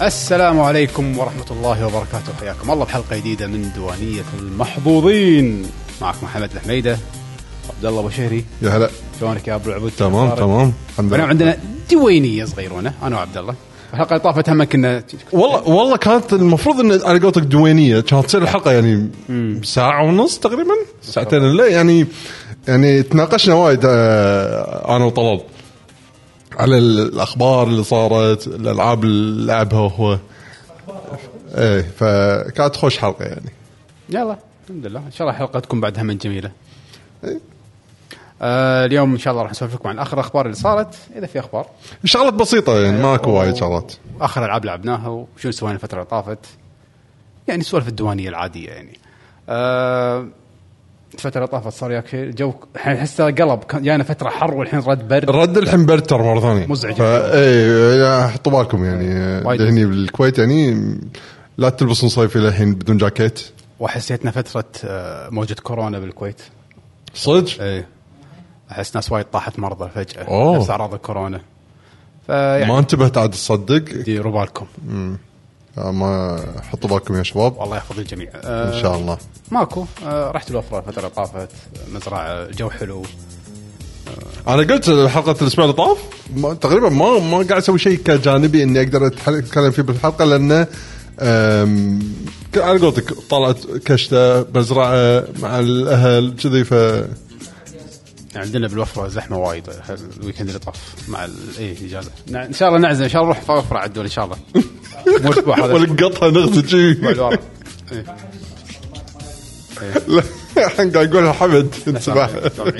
السلام عليكم ورحمة الله وبركاته. حياكم الله بحلقة جديدة من دوانية المحظوظين. معكم محمد الحميدة وعبد الله أبو شهري. يا هلا، شلونك يا أبو العبود؟ تمام الحمد لله. عندنا دوينية صغيرونة أنا وعبد الله. الحلقة اللي طافت هم كنا والله كانت المفروض ان على قولتك دوينية كانت تصير الحلقة يعني ساعة ونص تقريبا ساعتين لا يعني تناقشنا وايد انا وطلال على الأخبار اللي صارت، الألعاب اللي لعبها هو. ايه فكانت خوش حلقة يعني. يلا الحمد لله، إن شاء الله حلقة تكون بعدها من جميلة. ايه. اليوم إن شاء الله راح نسولف لكم عن آخر أخبار اللي صارت، إذا في أخبار. شغلات بسيطة يعني ماكو وايد شغلات. آخر ألعاب لعبناها وشو سوينا الفترة اللي طافت، يعني سوالف الديوانية العادية يعني. الفترة اللي طافت صار ياك شيء الجو حسه قلب، جانا فترة حر والحين رد الحين برتر مرة ثانية مزعج. ايه حطوا بالكم يعني هني بالكويت يعني لا تلبسون صيفي للحين بدون جاكيت. وحسيتنا فترة موجة كورونا بالكويت صدق. ايه احس ناس وايد طاحت مرضى فجأة نفس اعراض الكورونا. يعني ما انتبهت عاد تصدق. ديروا بالكم. ما حطوا بالكم يا شباب، والله يحفظ الجميع ان شاء الله. ماكو رحت الوفرة الفترة اللي طافت، مزرعة الجو حلو. انا قلت حلقة الاسبوع اللي طاف تقريبا ما قاعد اسوي شيء كجانبي اني اقدر اتكلم فيه بالحلقة، لانه على قولتك طلعت كشتة مزرعة مع الاهل كذي. ف عندنا بالوفرة زحمة وايد الويكند اللي طاف مع إجازة. ان شاء الله نعزم، ان شاء الله نروح وفرة عدول ان شاء الله. مو اسبوع هذا والقطها نغزل شيء. لا الحين قاعد يقول حمد انتبه.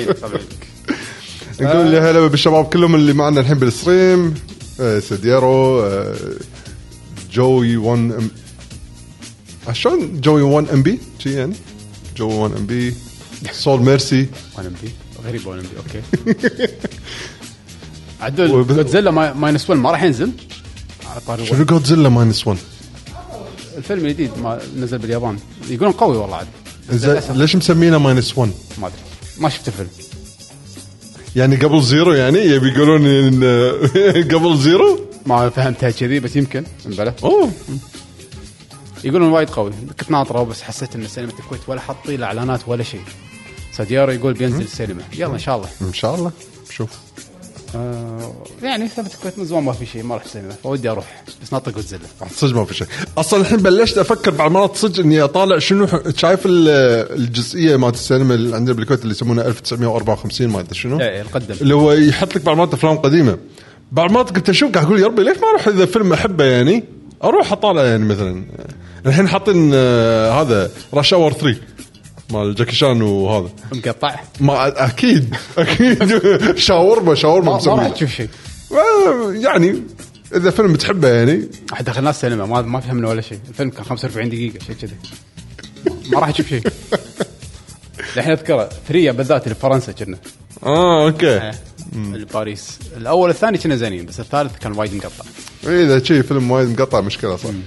نقول لي هلا بالشباب كلهم اللي معنا الحين بالستريم. سديرو جوي 1 عشان جوي 1 ام بي شي يعني جوي 1 ام بي سول ميرسي 1 ام بي غريب 1 ام بي. اوكي عدل جودزيلا ماينس 1 ما راح ينزل. شنو جودزيلا ماينس 1؟ الفيلم الجديد ما نزل باليابان يقولون قوي والله عاد. ليش مسمينه ماينس 1؟ ما ادري، ما شفت الفيلم. يعني قبل زيرو يعني يبي يقولون إن قبل زيرو ما فهمتها كذي بس يمكن نبله. يقولون وايد قوي. كنت ناطره بس حسيت ان سينما الكويت ولا حاطين اعلانات ولا شيء. سديارو يقول بينزل السينما. يلا ان شاء الله ان شاء الله شوف. يعني سينما الكويت من زمان ما في شيء، ما راح السينما فودي اروح بس ناطق جودزيلا. صدق ما في شيء اصلا. الحين بلشت افكر بعض مرات صدق اني اطالع شنو شايف الجزئيه مالت السينما اللي عندنا بالكويت اللي يسمونها 1954 ما ادري شنو القدم اللي هو يحط لك بعض مرات افلام قديمه. بعض مرات قلت اشوف قاعد اقول يا ربي ليش ما اروح اذا فيلم احبه يعني اروح اطالع. يعني مثلا الحين حاطين هذا راش اور 3 مال جاكي شان وهذا مقطع. ما اكيد شاورما ما راح تشوف شيء يعني اذا فيلم تحبه يعني. احد دخلنا السينما ما فهمنا ولا شيء. الفيلم كان 45 دقيقه شيء كذا، ما راح تشوف شيء. الحين اذكره 3 بالذات اللي فرنسا كنا. اوكي. باريس الاول الثاني كنا زينين بس الثالث كان وايد مقطع. اذا شيء فيلم وايد مقطع مشكله صح.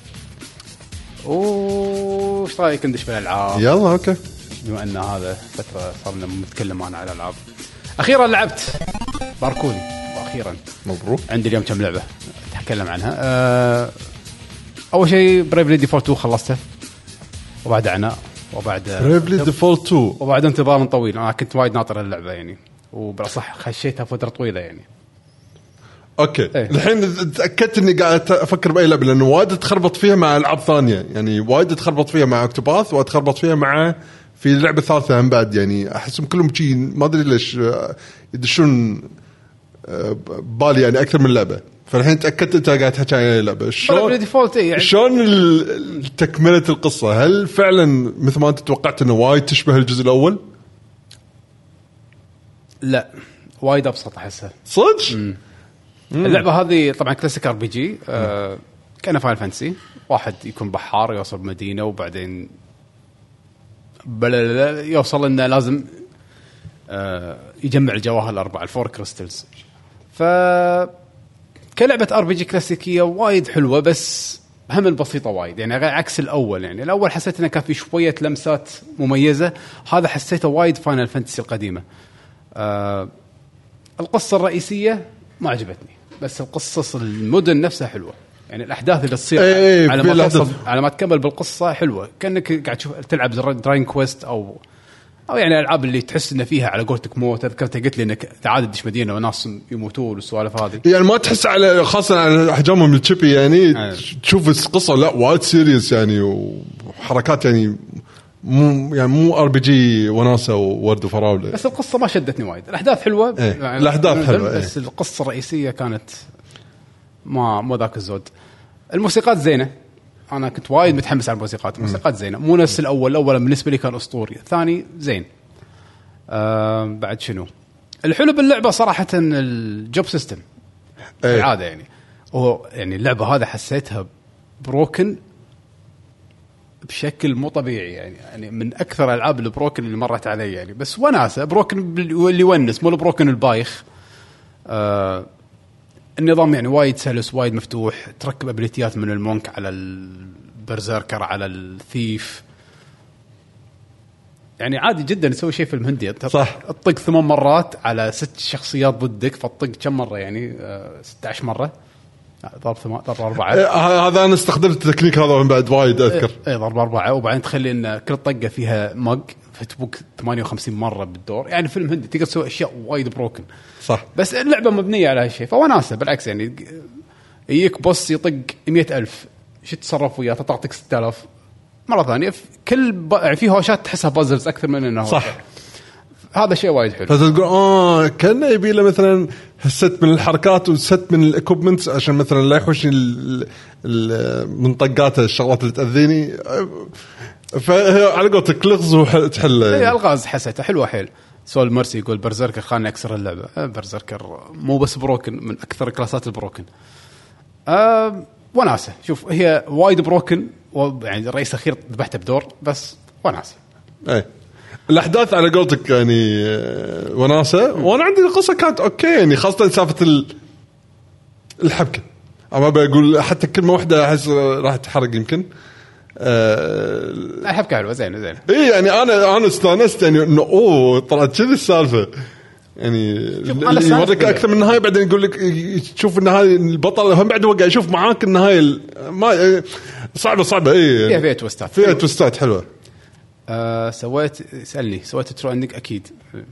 وش رايك ندش بالالعاب؟ يلا اوكي. بما ان هذا فتره صارنا نتكلم انا على الالعاب. اخيرا لعبت باركودي واخيرا مبروك. عندي اليوم كم لعبه اتكلم عنها. اول شيء بريفلي ديفولت 2 خلصته وبعد عناء وبعد بريفلي ديفولت 2 وبعد انتظار طويل. انا كنت وايد ناطر اللعبه يعني وبصح خشيتها فتره طويله يعني. اوكي الحين تاكدت اني قاعد افكر باي لعبه لانه وايد تخربط فيها مع العاب ثانيه يعني وايد تخربط فيها مع اكتوباث وتخربط فيها مع في اللعبه الثالثه هم بعد يعني احسهم كلهم شيء ما ادري ليش يدشون بالي يعني اكثر من لعبه. فالحين تاكدت انت قاعد تحكي عن لعبه شلون تكمله القصه. هل فعلا مثل ما انت توقعت انه وايد تشبه الجزء الاول؟ لا وايد ابسط احسها صدق. اللعبه هذه طبعا كلاسيك ار بي جي كان فاينل فانتسي. واحد يكون بحار يوصل مدينه وبعدين يوصل انه لازم يجمع الجواهر الاربعه الفور كريستلز. ف كلعبه ار بي جي كلاسيكيه وايد حلوه بس هم البسيطه وايد يعني عكس الاول. يعني الاول حسيت انه كان في شويه لمسات مميزه، هذا حسيته وايد فاينل فانتسي القديمه. القصه الرئيسيه ما عجبتني بس القصص المدن نفسها حلوه. يعني الاحداث اللي تصير على ما تكمل بالقصه حلوه، كانك قاعد تشوف تلعب دراين كويست او يعني العاب اللي تحس ان فيها على قولتك موت. تذكرت قلت لي انك تعال تدش مدينه وناس يموتون والسوالف هذه، يعني ما تحس على خاصه على احجامهم الشيبي يعني تشوف القصه لا وايد سيريس يعني وحركات يعني مو ار بي جي وناسه وورد وفراوله. بس القصه ما شدتني وايد. الاحداث حلوه يعني الاحداث حلوه بس القصه الرئيسيه كانت ما ذاك الزود. الموسيقات زينه، انا كنت وايد متحمس على الموسيقات زينه، مو نفس الاول بالنسبه لي كان اسطوري، الثاني زين. بعد شنو الحلو باللعبه صراحه الجوب سيستم العاده يعني هو يعني اللعبه هذا حسيتها بروكن بشكل مو طبيعي يعني من اكثر العاب البروكن اللي مرت علي يعني. بس وناسه بروكن اللي يونس، مو البروكن البايخ. النظام يعني وايد سلس وايد مفتوح، تركب ابيليتيات من المونك على البرزيركر على الثيف، يعني عادي جدا تسوي شيء في المهندي. صح، تطق 8 مرات على 6 شخصيات ضدك، فطق كم مره يعني 16 مره ضرب 4. هذا انا استخدمت التكنيك هذا من بعد وايد اذكر. ضرب 4 وبعدين تخلي ان كل طقه فيها مج فتبوك 58 مره بالدور. يعني فيلم هندي تقدر تسوي اشياء وايد بروكن. صح، بس اللعبه مبنيه على هالشيء فوناسه بالعكس. يعني يجيك بوس يطق 100,000 شو تتصرف وياه؟ تعطيك 6000 مره ثانيه. كل يعني في هوشات تحسها بازلز اكثر من انه صح. هذا شيء وايد حلو. فتقول كان يبي له مثلا ست من الحركات وست من الاكوبمنتس عشان مثلا لا يحوشني من طقاته الشغلات اللي تاذيني. فعلى قولتك لغز وتحل. هي الغاز حسيتها حلوه حيل. سول مرسي يقول برزيركر خلاني اكسر اللعبه. برزيركر مو بس بروكن، من اكثر كلاسات البروكن. وناسه. شوف هي وايد بروكن يعني الرئيس الاخير ذبحته بدور بس وناسه. الاحداث على قولتك يعني وناسه. وانا عندي القصه كانت اوكي يعني، خاصه سالفه الحبكه. اما بقول حتى كلمه واحده احس راح تحرق يمكن. الحبكه حلوه زين اي يعني انا استانست يعني انه طلعت كذي السالفه يعني. يوريك اكثر من النهايه بعدين يقول لك تشوف النهايه البطل هم بعد وقع يشوف معاك النهايه ما صعبه اي فيها توستات حلوه. سويت ترو اندنج اكيد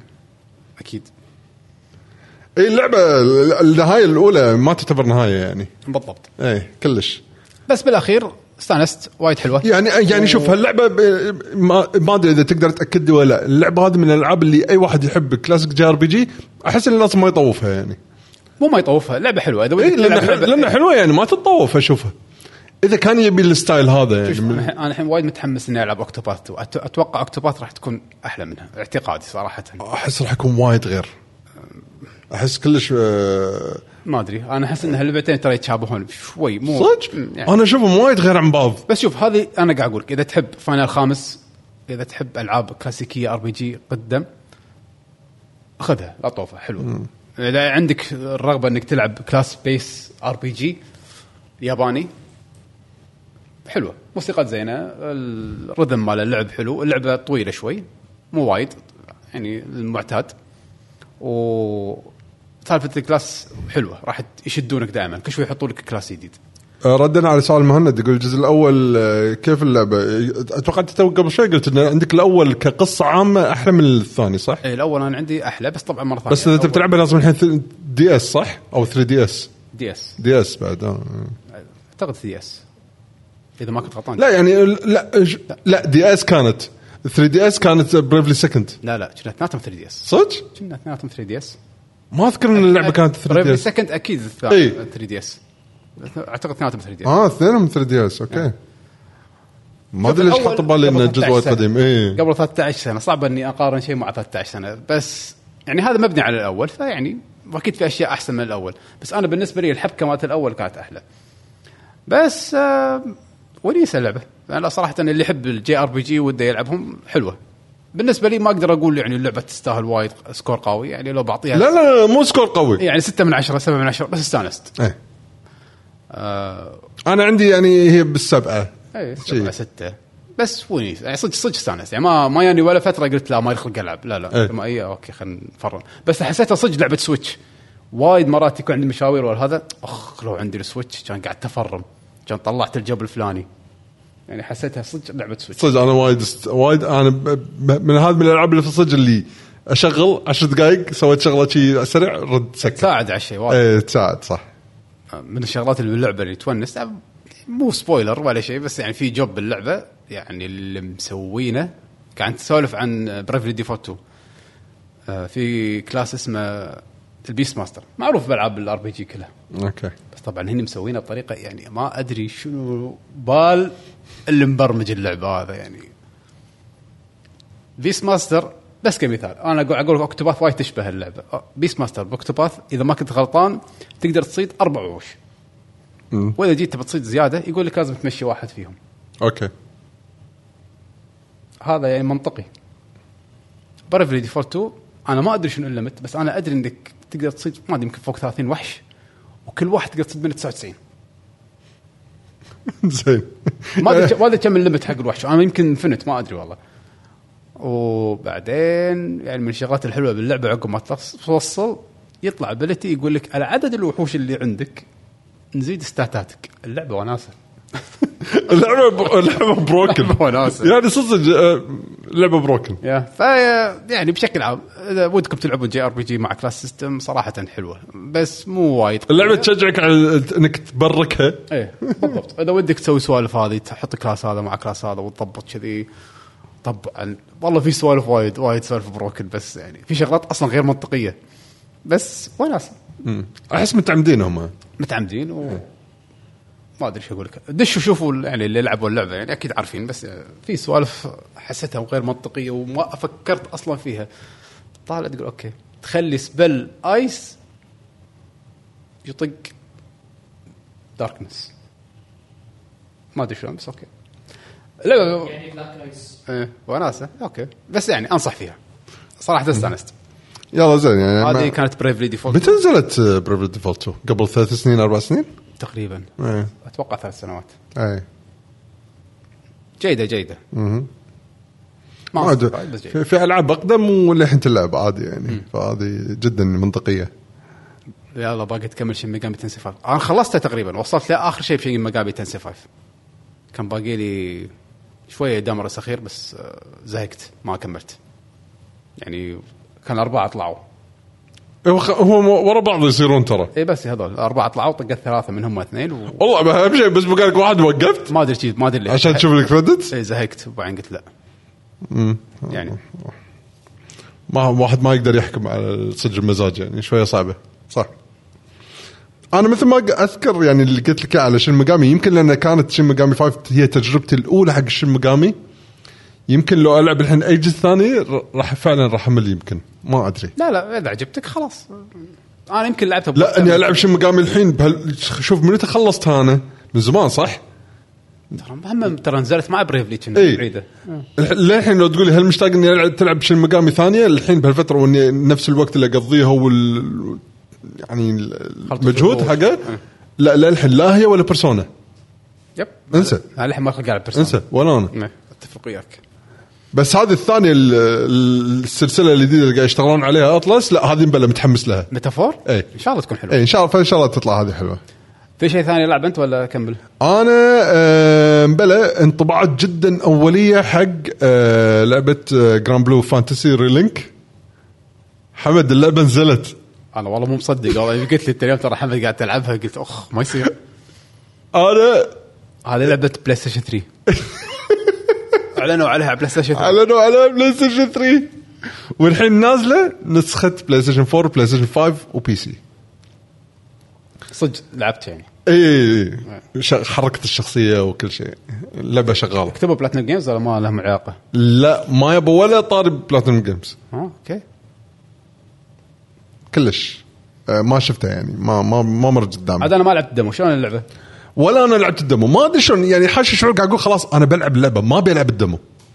اي اللعبه النهايه الاولى ما تعتبر نهايه يعني بالضبط. كلش. بس بالاخير استانست وايد حلوه يعني شوف هاللعبه ما ادري اذا تقدر تاكد لي ولا. اللعبه هذه من الالعاب اللي اي واحد يحب كلاسيك جي ار بي جي احس ان لازم ما يطوفها يعني. مو ما يطوفها، لعبه حلوه اذا لأنها حلوه يعني ما تتطوف اشوفها اذا كان يبي الستايل هذا يعني. انا الحين وايد متحمس اني العب اوكتوباث. اتوقع اوكتوباث راح تكون احلى منها اعتقادي صراحه. احس راح يكون وايد غير. احس كلش ما ادري. انا احس ان هاللعبتين ترى يتشابهون شوي مو صدق يعني. انا اشوفهم وايد غير عن بعض. بس شوف هذه انا قاعد اقول اذا تحب فاينل 5، اذا تحب العاب كلاسيكيه ار بي جي قدم خذها لا طوفه حلوه. اذا عندك الرغبه انك تلعب كلاس بيس ار بي جي ياباني حلوه، موسيقى زينه، الرذم مال اللعب حلو، اللعبه طويله شوي مو وايد يعني المعتاد، وسالفه الكلاس حلوه راح يشدونك دائما كل شوي يحطوا لك كلاس جديد. ردنا على سؤال مهند يقول الجزء الاول كيف اللعبه؟ اتوقع انت قبل شوي قلت ان عندك الاول كقصه عامه احلى من الثاني صح؟ اي الاول انا عندي احلى بس طبعا مره ثانيه. بس اذا انت بتلعبها لازم الحين دي اس صح او 3 دي اس؟ دي اس بعد اعتقد 3 اس اذا ما كنت غلطان. لا يعني لا دي اس كانت 3 دي اس كانت بريفلي سكند. لا كنا اثنيناتهم 3 دي اس صدق؟ كنا اثنيناتهم 3 دي اس. ما اذكر ان اللعبه كانت 3 دي اس. بريفلي سكند اكيد 3 دي اس اعتقد اثنيناتهم 3 دي اس. اثنينهم 3 دي اس اوكي. ما ادري ليش حط بالي ان الجزء القديم قبل 13 سنه صعب اني اقارن شيء مع 13 سنه بس يعني هذا مبني على الاول فيعني اكيد في اشياء احسن من الاول بس انا بالنسبه لي الحبكه مالت الاول كانت احلى. بس ونيسه اللعبه انا صراحه اللي يحب الجي ار بي جي وده يلعبهم حلوه. بالنسبه لي ما اقدر اقول يعني اللعبه تستاهل وايد سكور قوي يعني لو بعطيها لا مو سكور قوي يعني 6 من 10 7 من 10 بس استانست. انا عندي يعني هي بالسبعه 6 بس ونيس يعني صدق استانست يعني ما يعني ولا فتره قلت لا ما يخلق العب لا ما اوكي خلينا نفرم بس حسيتها صدق لعبه سويتش وايد مرات يكون عندي مشاوير ولا هذا لو عندي السويتش كان قاعد تفرم، كان طلعت الجبل الفلاني. يعني حسيتها صدق لعبه سويتش. صدق انا وايد انا من هذه من الالعاب اللي في الصدق اللي اشغل 10 دقائق سويت شغله شيء سريع رد سكر. تساعد على الشيء وايد. تساعد صح. من الشغلات اللي باللعبه اللي تونس، مو سبويلر ولا شيء، بس يعني في جوب باللعبه يعني اللي مسوينه. كنت تسولف عن بريفلي ديفولت 2 في كلاس اسمه البيست ماستر، معروف بالعاب الار بي جي كلها. اوكي. بس طبعا هني مسوينه بطريقه يعني ما ادري شنو بال اللي مبرمج اللعبه هذا. يعني بيست ماستر بس كمثال، انا اقول اوكتوباث وايد تشبه اللعبه. بيست ماستر باوكتوباث اذا ما كنت غلطان تقدر تصيد 4 وحوش، واذا جيت بتصيد زياده يقول لك لازم تمشي واحد فيهم. اوكي. هذا يعني منطقي. بريفلي ديفولت 2 انا ما ادري شنو الليمت، بس انا ادري انك تقدر تصيد ما ادري يمكن فوق 30 وحش، وكل واحد تقدر تصيد منه 99. زين. ما ادري كم الليمت حق الوحش، انا يمكن انفنت ما ادري والله. وبعدين يعني من الشغلات الحلوه باللعبه عقب ما توصل يطلع ابيلتي يقول لك على عدد الوحوش اللي عندك نزيد ستاتاتك. اللعبه وناسه. اللعبه بروكن يعني صدق لعبه بروكن. يعني بشكل عام اذا ودكم تلعبون جي ار بي جي مع كلاس سيستم صراحه حلوه، بس مو وايد. اللعبه تشجعك على انك تبركها. ايه بالضبط. اذا ودك تسوي سوالف هذه تحط كلاس هذا مع كلاس هذا وتضبط كذي. طبعا والله في سوالف وايد سوالف بروكن، بس يعني في شغلات اصلا غير منطقيه، بس وناس احس متعمدين هم ما ادري شو اقول لك. دشوا شوفوا يعني اللي لعبوا اللعبه يعني اكيد عارفين، بس في سوالف حسيتها غير منطقيه وما فكرت اصلا فيها. طالع تقول اوكي تخلي سبل ايس يطق داركنس، ما ادري شلون، بس اوكي اللعبه يعني بلاك ايس وناسه اوكي، بس يعني انصح فيها صراحه استانست. يلا زين يعني هذه كانت بريفلي ديفولت. متى نزلت بريفلي ديفولت قبل 3 سنين 4 سنين تقريبا؟ اتوقع 3 سنوات. اي جيده. ما في العاب اقدم ولحين تلعب عادي يعني. فهذه جدا منطقيه. يلا باقي تكمل شيء ميجامي تنسي 5. انا خلصتها تقريبا، وصلت لاخر شيء في ميجامي تنسي 5. كان باقي لي شويه دمر اخير بس زهقت ما كملت. يعني كان 4 طلعوا. هو ورا بعض يصيرون ترى. اي بس هذول 4 طلعوا، طقت 3 منهم 2 والله اهم شيء بس بقالك واحد وقفت ما ادري ليه عشان تشوف الكريدتس. اي زهقت وبعدين قلت لا. يعني ما واحد ما يقدر يحكم على صدق المزاج، يعني شويه صعبه صح. انا مثل ما اذكر يعني اللي قلت لك على شين ميجامي، يمكن لان كانت شين ميجامي 5 هي تجربتي الاولى حق شين ميجامي. يمكن لو العب الحين اي جزء ثاني راح امل، يمكن ما ادري. لا اذا عجبتك خلاص. انا يمكن لعبتها لا اني العب شين ميجامي الحين شوف من متى خلصتها انا من زمان صح. ترى نزلت مع بريفلي كنا بعيده. الحين لو تقولي هل مشتاق اني تلعب شين ميجامي ثانيه الحين بهالفتره، واني نفس الوقت اللي اقضيه يعني المجهود حقه. لا الحين لا هي ولا بيرسونا. يب انسى. الحين ما خلق على بيرسونا. انسى ولا انا اتفق وياك. بس هذه الثانيه السلسله الجديده اللي قاعد يشتغلون عليها اطلس، لا هذه مبلا متحمس لها. ميتافور ان شاء الله تكون حلوه. ان شاء الله تطلع هذه حلوه. في شيء ثاني لعب انت ولا كمل؟ انا مبلا انطباعات جدا اوليه حق لعبه جراند بلو فانتسي ريلينك. حمد اللعبه نزلت. انا والله مو مصدق والله. قلت لي اليوم ترى حمد قاعد تلعبها، قلت ما يصير. انا هذه لعبه بلاي ستيشن 3. اعلنوا عليها على بلاي ستيشن 3. اعلنوا عليها بلاي ستيشن 3 والحين نازله نسخه بلاي ستيشن 4 بلاي ستيشن 5 وبي سي. صدق لعبت يعني؟ اي حركه الشخصيه وكل شيء. اللعبه شغاله. كتبوا بلاتنم جيمز ولا ما لهم علاقه؟ لا ما يبوا ولا طارب بلاتنم جيمز. اوكي كلش ما شفتها يعني ما مر قدامي. هذا انا ما لعبت الدمو. شلون اللعبه؟ ولا انا لعبت الدمو ما ادري شلون يعني. حاش شعور قاعد اقول خلاص انا بلعب اللعبه ما بلعب الدمو.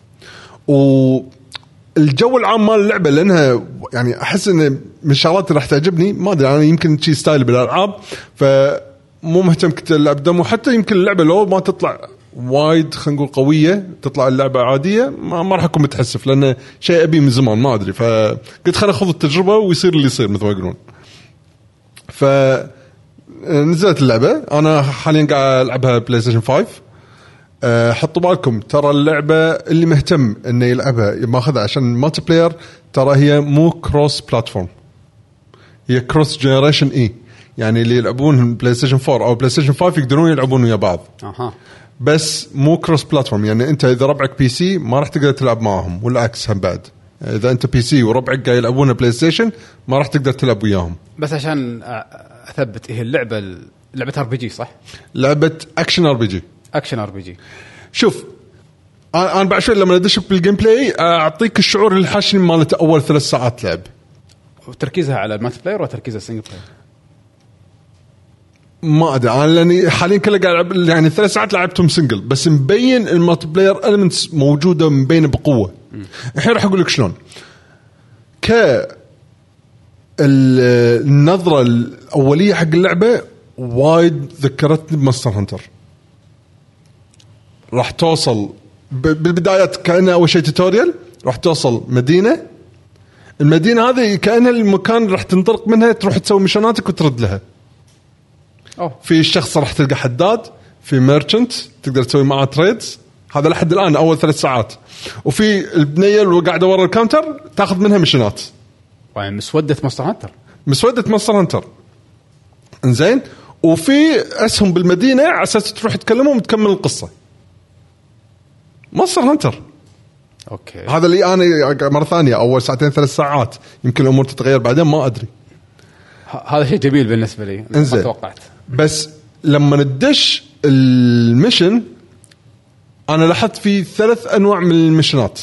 والجو العام مال اللعبه لانها يعني احس ان من الشغلات اللي راح تعجبني. ما ادري انا يمكن شيء ستايل بالالعاب فمو مهتم كنت العب دمو. حتى يمكن اللعبه لو ما تطلع وايد خلينا نقول قويه تطلع اللعبه عاديه ما راح اكون متحسف لانه شيء ابي من زمان ما ادري. فقلت خلينا ناخذ التجربه ويصير اللي يصير مثل ما يقولون. فنزلت اللعبه. انا حاليا قاعد العبها بلاي ستيشن 5. حطوا بالكم ترى اللعبه اللي مهتم انه يلعبها ماخذها عشان مالتي بلاير، ترى هي مو كروس بلاتفورم، هي كروس جنريشن اي، يعني اللي يلعبون بلاي ستيشن 4 او بلاي ستيشن 5 يقدرون يلعبون ويا بعض. بس مو كروس بلاتفورم، يعني انت اذا ربعك بي سي ما راح تقدر تلعب معهم، والعكس هم بعد اذا انت بي سي وربعك قاعد يلعبون بلاي ستيشن ما راح تقدر تلعب وياهم. بس عشان اثبت، هي اللعبه ار بي جي صح؟ لعبه اكشن ار بي جي. اكشن ار بي جي. شوف انا بعد شوي لما ادش بالجيم بلاي اعطيك الشعور اللي حاشني مالت اول 3 ساعات لعب. وتركيزها على المالتي بلاير وتركيزها سنجل بلاير ما ادري انا، لاني حاليا كله قاعد العب يعني 3 ساعات لعبتهم سنجل، بس مبين المالتي بلاير المنتس موجوده مبينه بقوه. الحين راح اقول لك شلون. النظره الاوليه حق اللعبه وايد ذكرتني بمونستر هانتر. راح توصل بالبدايات كأنه أول شيء توتوريال، راح توصل مدينة، المدينة هذه كأنها المكان راح تنطلق منها تروح تسوي مشاناتك وترد لها. في شخص راح تلقى حداد، في ميرشنت تقدر تسوي معاه تريدز، هذا لحد الآن أول 3 ساعات. وفي البنية اللي قاعدة ورا الكاونتر تاخذ منها مشانات. مسودة مونستر هانتر، مسودة مونستر هانتر. إنزين، وفي أسهم بالمدينة على أساس تروح تكلمهم وتكمل القصة. مونستر هانتر. اوكي، هذا اللي انا مره ثانيه اول 2 3 ساعات، يمكن الامور تتغير بعدين ما ادري. هذا شيء جميل بالنسبه لي، ما توقعت. بس لما ندش الميشن انا لاحظت في 3 انواع من الميشنات.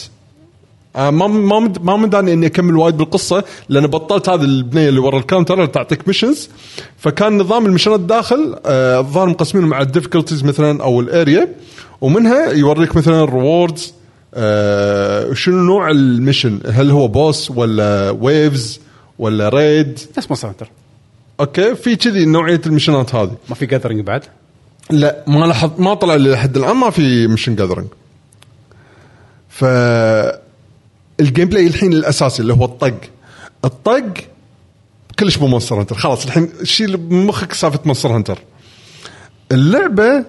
ما مداني اني اكمل وايد بالقصه، لان بطلت هذه البنيه اللي ورا الكاونتر اللي تعطيك ميشنز. فكان نظام الميشنات داخل الظاهر مقسمين مع الديفيكولتيز مثلا او الاريا، ومنها يوريك مثلا الريوردز، شنو نوع الميشن، هل هو بوس ولا ويفز ولا ريد. نفس مونستر هانتر. اوكي، في كذي نوعيه الميشنات هذه. ما في جاذرينج بعد؟ لا، ما لاحظ، ما طلع لي لحد الان ما في ميشن جاذرينج. ف الجيم بلاي الحين الاساسي اللي هو الطق كلش مو مونستر هانتر. خلاص الحين شيل بمخك سالفه مونستر هانتر. اللعبه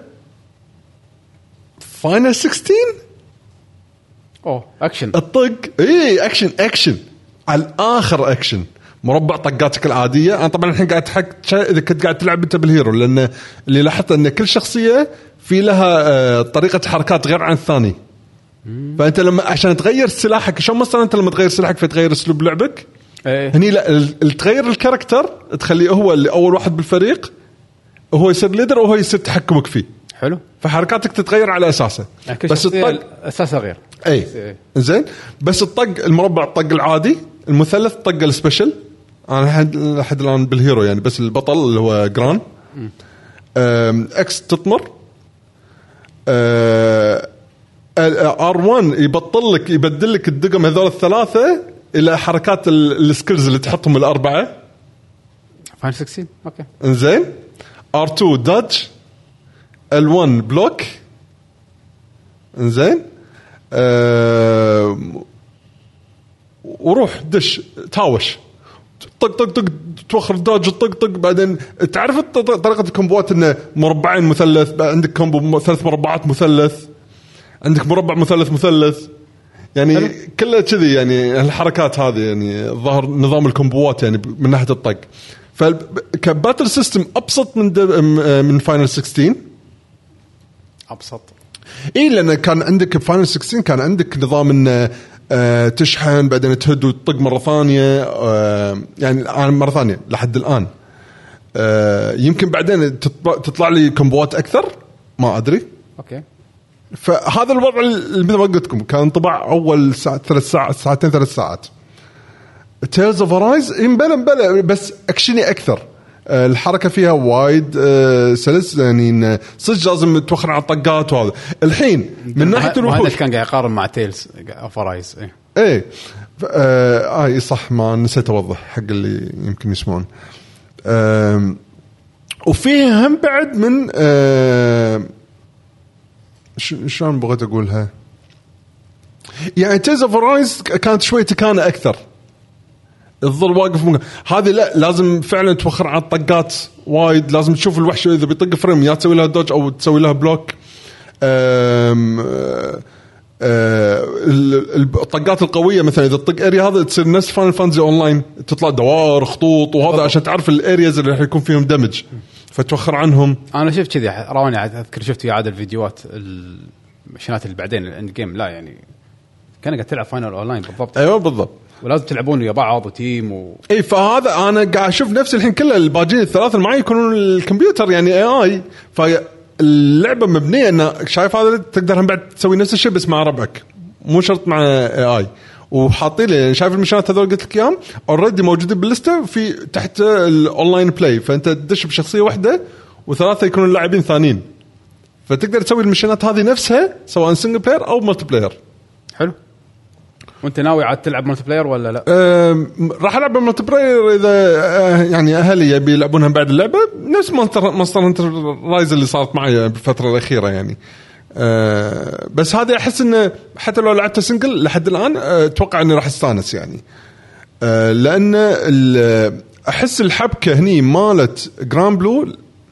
فاينل 16 اكشن. الطق اكشن على الاخر، اكشن مربع طقاتك العاديه. انا طبعا الحين قاعد حق اذا كنت قاعد تلعب انت بالهيرو، لان اللي لاحظت ان كل شخصيه في لها طريقه حركات غير عن الثاني. فانت لما عشان تغير سلاحك، شلون مثلا انت لما تغير سلاحك فتغير اسلوب لعبك، هني لا، تغير الكاركتر تخليه هو اللي اول واحد بالفريق، وهو يصير ليدر وهو يصير تحكمك فيه. حلو. فحركاتك تتغير على اساسه. بس الطق اساسه غير. زين. بس الطق المربع، الطق العادي، المثلث، الطق السبيشل. انا لحد الان بالهيرو يعني بس البطل اللي هو جران. اكس تطمر. R1 يبدل لك الدقم هذول الثلاثه الى حركات السكيلز اللي تحطهم الاربعه. فاين 16. اوكي. انزين. R2 داج، L1 بلوك. انزين. وروح دش تاوش، طق طق طق، توخر داج، طق طق. بعدين تعرف طريقه الكومبوات انه مربعين مثلث، عندك كومبو 3 مربعات مثلث، عندك مربع مثلث يعني كله كذي. يعني الحركات هذه يعني ظهر نظام الكومبوات يعني من ناحيه الطق. فكباتل سيستم ابسط من فاينل 16. ابسط لان كان عندك فاينل 16 كان عندك نظام ان تشحن بعدين تهد وتطق مره ثانيه. يعني الان مره ثانيه لحد الان يمكن بعدين تطلع لي كومبوات اكثر، ما ادري. اوكي. فهذا الوضع اللي مثل ما قلت لكم كان انطباع اول ساعه 3 ساعات. تيلز اوف رايز مبلا بس اكشني اكثر. الحركه فيها وايد سلس، يعني صدق لازم توخر على الطقات. وهذا الحين من ناحيه الوحوش هذا كان قاعد يقارن مع تيلز اوف رايز. صح، ما نسيت اوضح حق اللي يمكن يسمعون. وفيه هم بعد من شلون بغيت اقولها، يعني تيلز اوف رايز كانت شوي تكانه اكثر. تظل واقف هذه لا لازم فعلا توخر على الطقات وايد. لازم تشوف الوحش اذا بيطق فريم يا تسوي لها دوج او تسوي لها بلوك. الطقات القويه مثلا اذا تطق اريا هذا تصير نفس فاينل فانتزي اونلاين تطلع دوائر خطوط وهذا عشان تعرف الارياز اللي راح يكون فيهم دمج فتوخر عنهم. انا شفت كذي راني اذكر شفت عاد الفيديوهات المشينات اللي بعدين الاند جيم لا يعني كان قاعد تلعب فاينل اونلاين بالضبط. ايوه بالضبط ولازم تلعبون ويا بعض وتيم اي فهذا انا قاعد اشوف نفس الحين كل الباجين الثلاثه معي يكونون الكمبيوتر يعني اي فاللعبه مبنيه انه شايف هذا تقدر هم بعد تسوي نفس الشيء بس مع ربعك مو شرط مع اي وحاطين لي يعني شايف المشانات هذول قلت لك اياهم اوريدي موجودين باللسته في تحت الاونلاين بلاي فانت تدش بشخصيه واحده وثلاثه يكونون لاعبين ثانيين فتقدر تسوي المشانات هذه نفسها سواء سنجل بلاير او ملتي بلاير. حلو. وانت ناوي عاد تلعب ملتي بلاير ولا لا؟ راح العب ملتي بلاير اذا يعني اهلي يبي يلعبونها بعد اللعبه نفس مونستر هانتر رايز اللي صارت معي بالفتره الاخيره يعني. بس هذا احس انه حتى لو لعبت سنجل لحد الان اتوقع اني راح استانس يعني. لان احس الحبكه هني مالت جراند بلو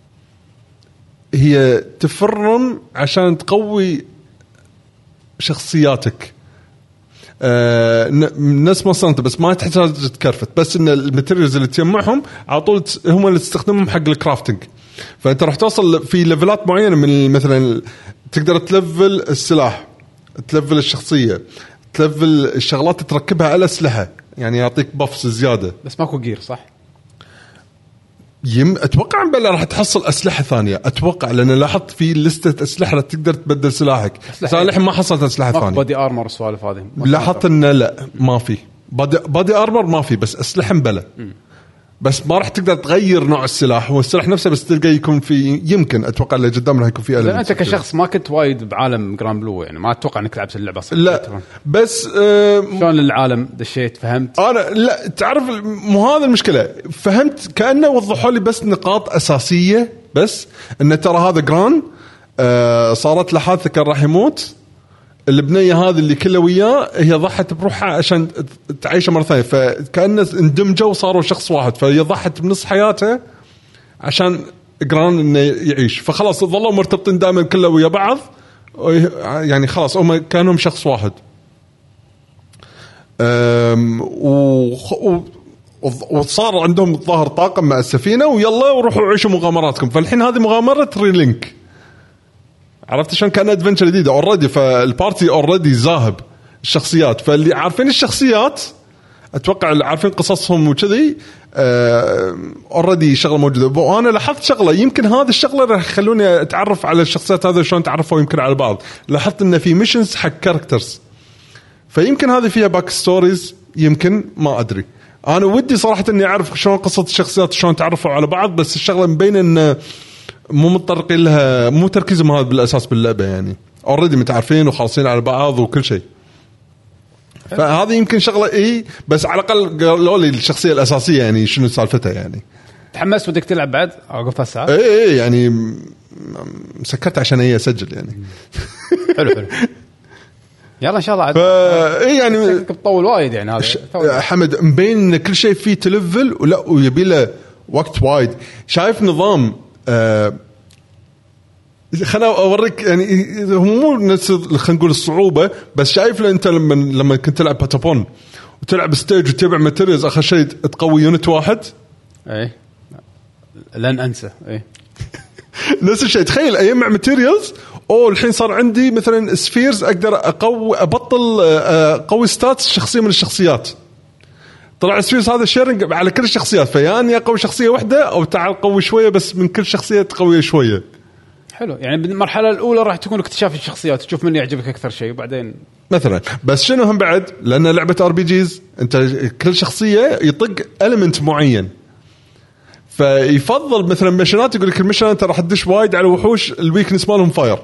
هي تفرم عشان تقوي شخصياتك ناس ما صنت بس ما تحتاج تكرفت بس ان الماتيريالز اللي تجمعهم على طول هم اللي تستخدمهم حق الكرافتنج. فانت راح توصل في ليفلات معينه من مثلا تقدر تلفل السلاح تلفل الشخصيه تلفل الشغلات تركبها على اسلحه يعني يعطيك بافس زياده. بس ماكو جير صح؟ اتوقع بلا راح تحصل اسلحه ثانيه اتوقع لان لاحظت في لسته اسلحه تقدر تبدل سلاحك صالح ما حصلت اسلحه ثانيه بادي ارمر والسوالف هذه لاحظت ان لا ما في بادي ارمر ما في بس اسلحه مبلى بس ما راح تقدر تغير نوع السلاح والسلاح نفسه بس تلقى يكون في يمكن اتوقع اللي قدام راح يكون في لان انت كشخص ما كنت وايد بعالم جراند بلو يعني ما اتوقع انك لعبت اللعبه صح لا بس شلون العالم دشيت فهمت انا لا تعرف مو هذا المشكله فهمت كانه وضحوا لي بس نقاط اساسيه بس ان ترى هذا جراند صارت له حادثه كان راح يموت البنيه هذه اللي كلها وياه هي ضحت بروحها عشان تعيشه مره ثانيه فكأنه اندمجوا وصاروا شخص واحد فهي ضحت بنص حياته عشان جران انه يعيش فخلاص ظلوا مرتبطين دائما كلها ويا بعض يعني خلاص هم كانوا شخص واحد. وصار عندهم ظاهر طاقم مع السفينه ويلا وروحوا عيشوا مغامراتكم. فالحين هذه مغامره ريلينك عرفت شلون كان ادفنتشر جديده اوريدي فالبارتي اوريدي ذاهب الشخصيات فاللي عارفين الشخصيات اتوقع اللي عارفين قصصهم وكذي اوريدي شغله موجوده. وانا لاحظت شغله يمكن هذه الشغله راح يخلوني اتعرف على الشخصيات هذا شلون تعرفوا يمكن على بعض. لاحظت ان في ميشنز حق كاركترز فيمكن هذه فيها باك ستوريز يمكن ما ادري. انا ودي صراحه اني اعرف شلون قصه الشخصيات شلون تعرفوا على بعض بس الشغله مبينه ان مو متطرقين لها مو تركيزهم هذا بالاساس باللعبه يعني اوريدي متعرفين وخالصين على بعض وكل شيء. فهذه يمكن شغله اي بس على الاقل قالوا لي الشخصيه الاساسيه يعني شنو سالفتها يعني. تحمست ودك تلعب بعد اوقف الساعه اي يعني مسكرت عشان هي اسجل يعني حلو يلا ان شاء الله عاد اي يعني بتطول وايد يعني هذا حمد مبين كل شيء فيه تلفل ولا ويبي له وقت وايد. شايف نظام خلنا اوريك يعني هو مو نفس خلينا نقول الصعوبه بس شايف له انت لما كنت تلعب باتابون وتلعب ستيج وتتابع ماتيريالز اخر شيء تقوي يونت واحد اي لن انسى اي نفس الشيء. تخيل ايام ماتيريالز الحين صار عندي مثلا سفيرز اقدر ابطل قوي ستاتس شخصيه من الشخصيات طلع سفيرز هذا شيرنج على كل الشخصيات فيعني اقوي شخصيه واحده او تعال قوي شويه بس من كل شخصيه تقوي شويه. حلو يعني بالمرحله الاولى راح تكون اكتشاف الشخصيات تشوف من يعجبك اكثر شيء وبعدين مثلا بس شنو هم بعد لان لعبه ار بي جيز انت كل شخصيه يطق المنت معين فيفضل مثلا ميشنات يقول لك الميشن انت راح تدش وايد على وحوش الويكنس مالهم فاير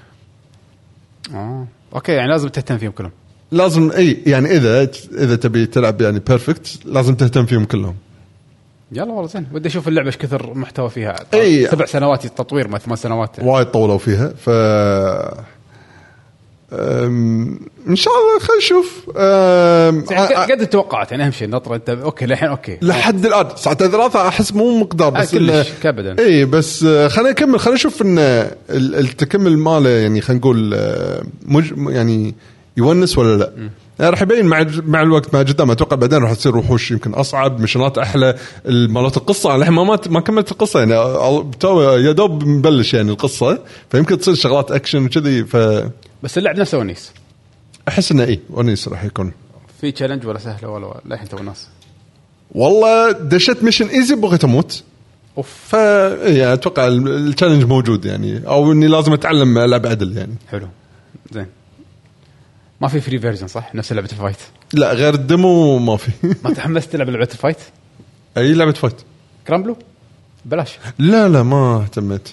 اوكي يعني لازم تهتم فيهم كلهم لازم اي يعني اذا تبي تلعب يعني بيرفكت لازم تهتم فيهم كلهم. يلا والله زين ودي اشوف اللعبه ايش كثر محتوى فيها 7 سنوات التطوير ما 8 سنوات يعني. وايد طولوا فيها ان شاء الله خلينا نشوف. قد التوقعات يعني اهم شيء نطر انت اوكي للحين اوكي لحد الان ساعه 3 احس مو مقدار بس كبدا اي بس خلينا نكمل خلينا نشوف ان التكمل ماله يعني خلينا نقول يعني يونس ولا لا. راح يبين مع الوقت ما قدام اتوقع بعدين راح تصير وحوش يمكن اصعب مشنات احلى مالات القصه. الحين ما كملت القصه يعني يا دوب مبلش يعني القصه فيمكن تصير شغلات اكشن وكذي بس اللعب نفسه ونيس احس انه اي ونيس راح يكون في تشالنج ولا سهله ولا الحين تو الناس والله دشت ميشن ايزي بغيت اموت يعني اتوقع التشالنج موجود يعني او اني لازم اتعلم العب عدل يعني. حلو زين. ما في فري فيرجن صح نفس لعبه الفايت؟ لا غير الديمو ما في. ما تحمست تلعب لعبه الفايت؟ اي لعبه فايت كرامبلو بلاش. لا ما اهتميت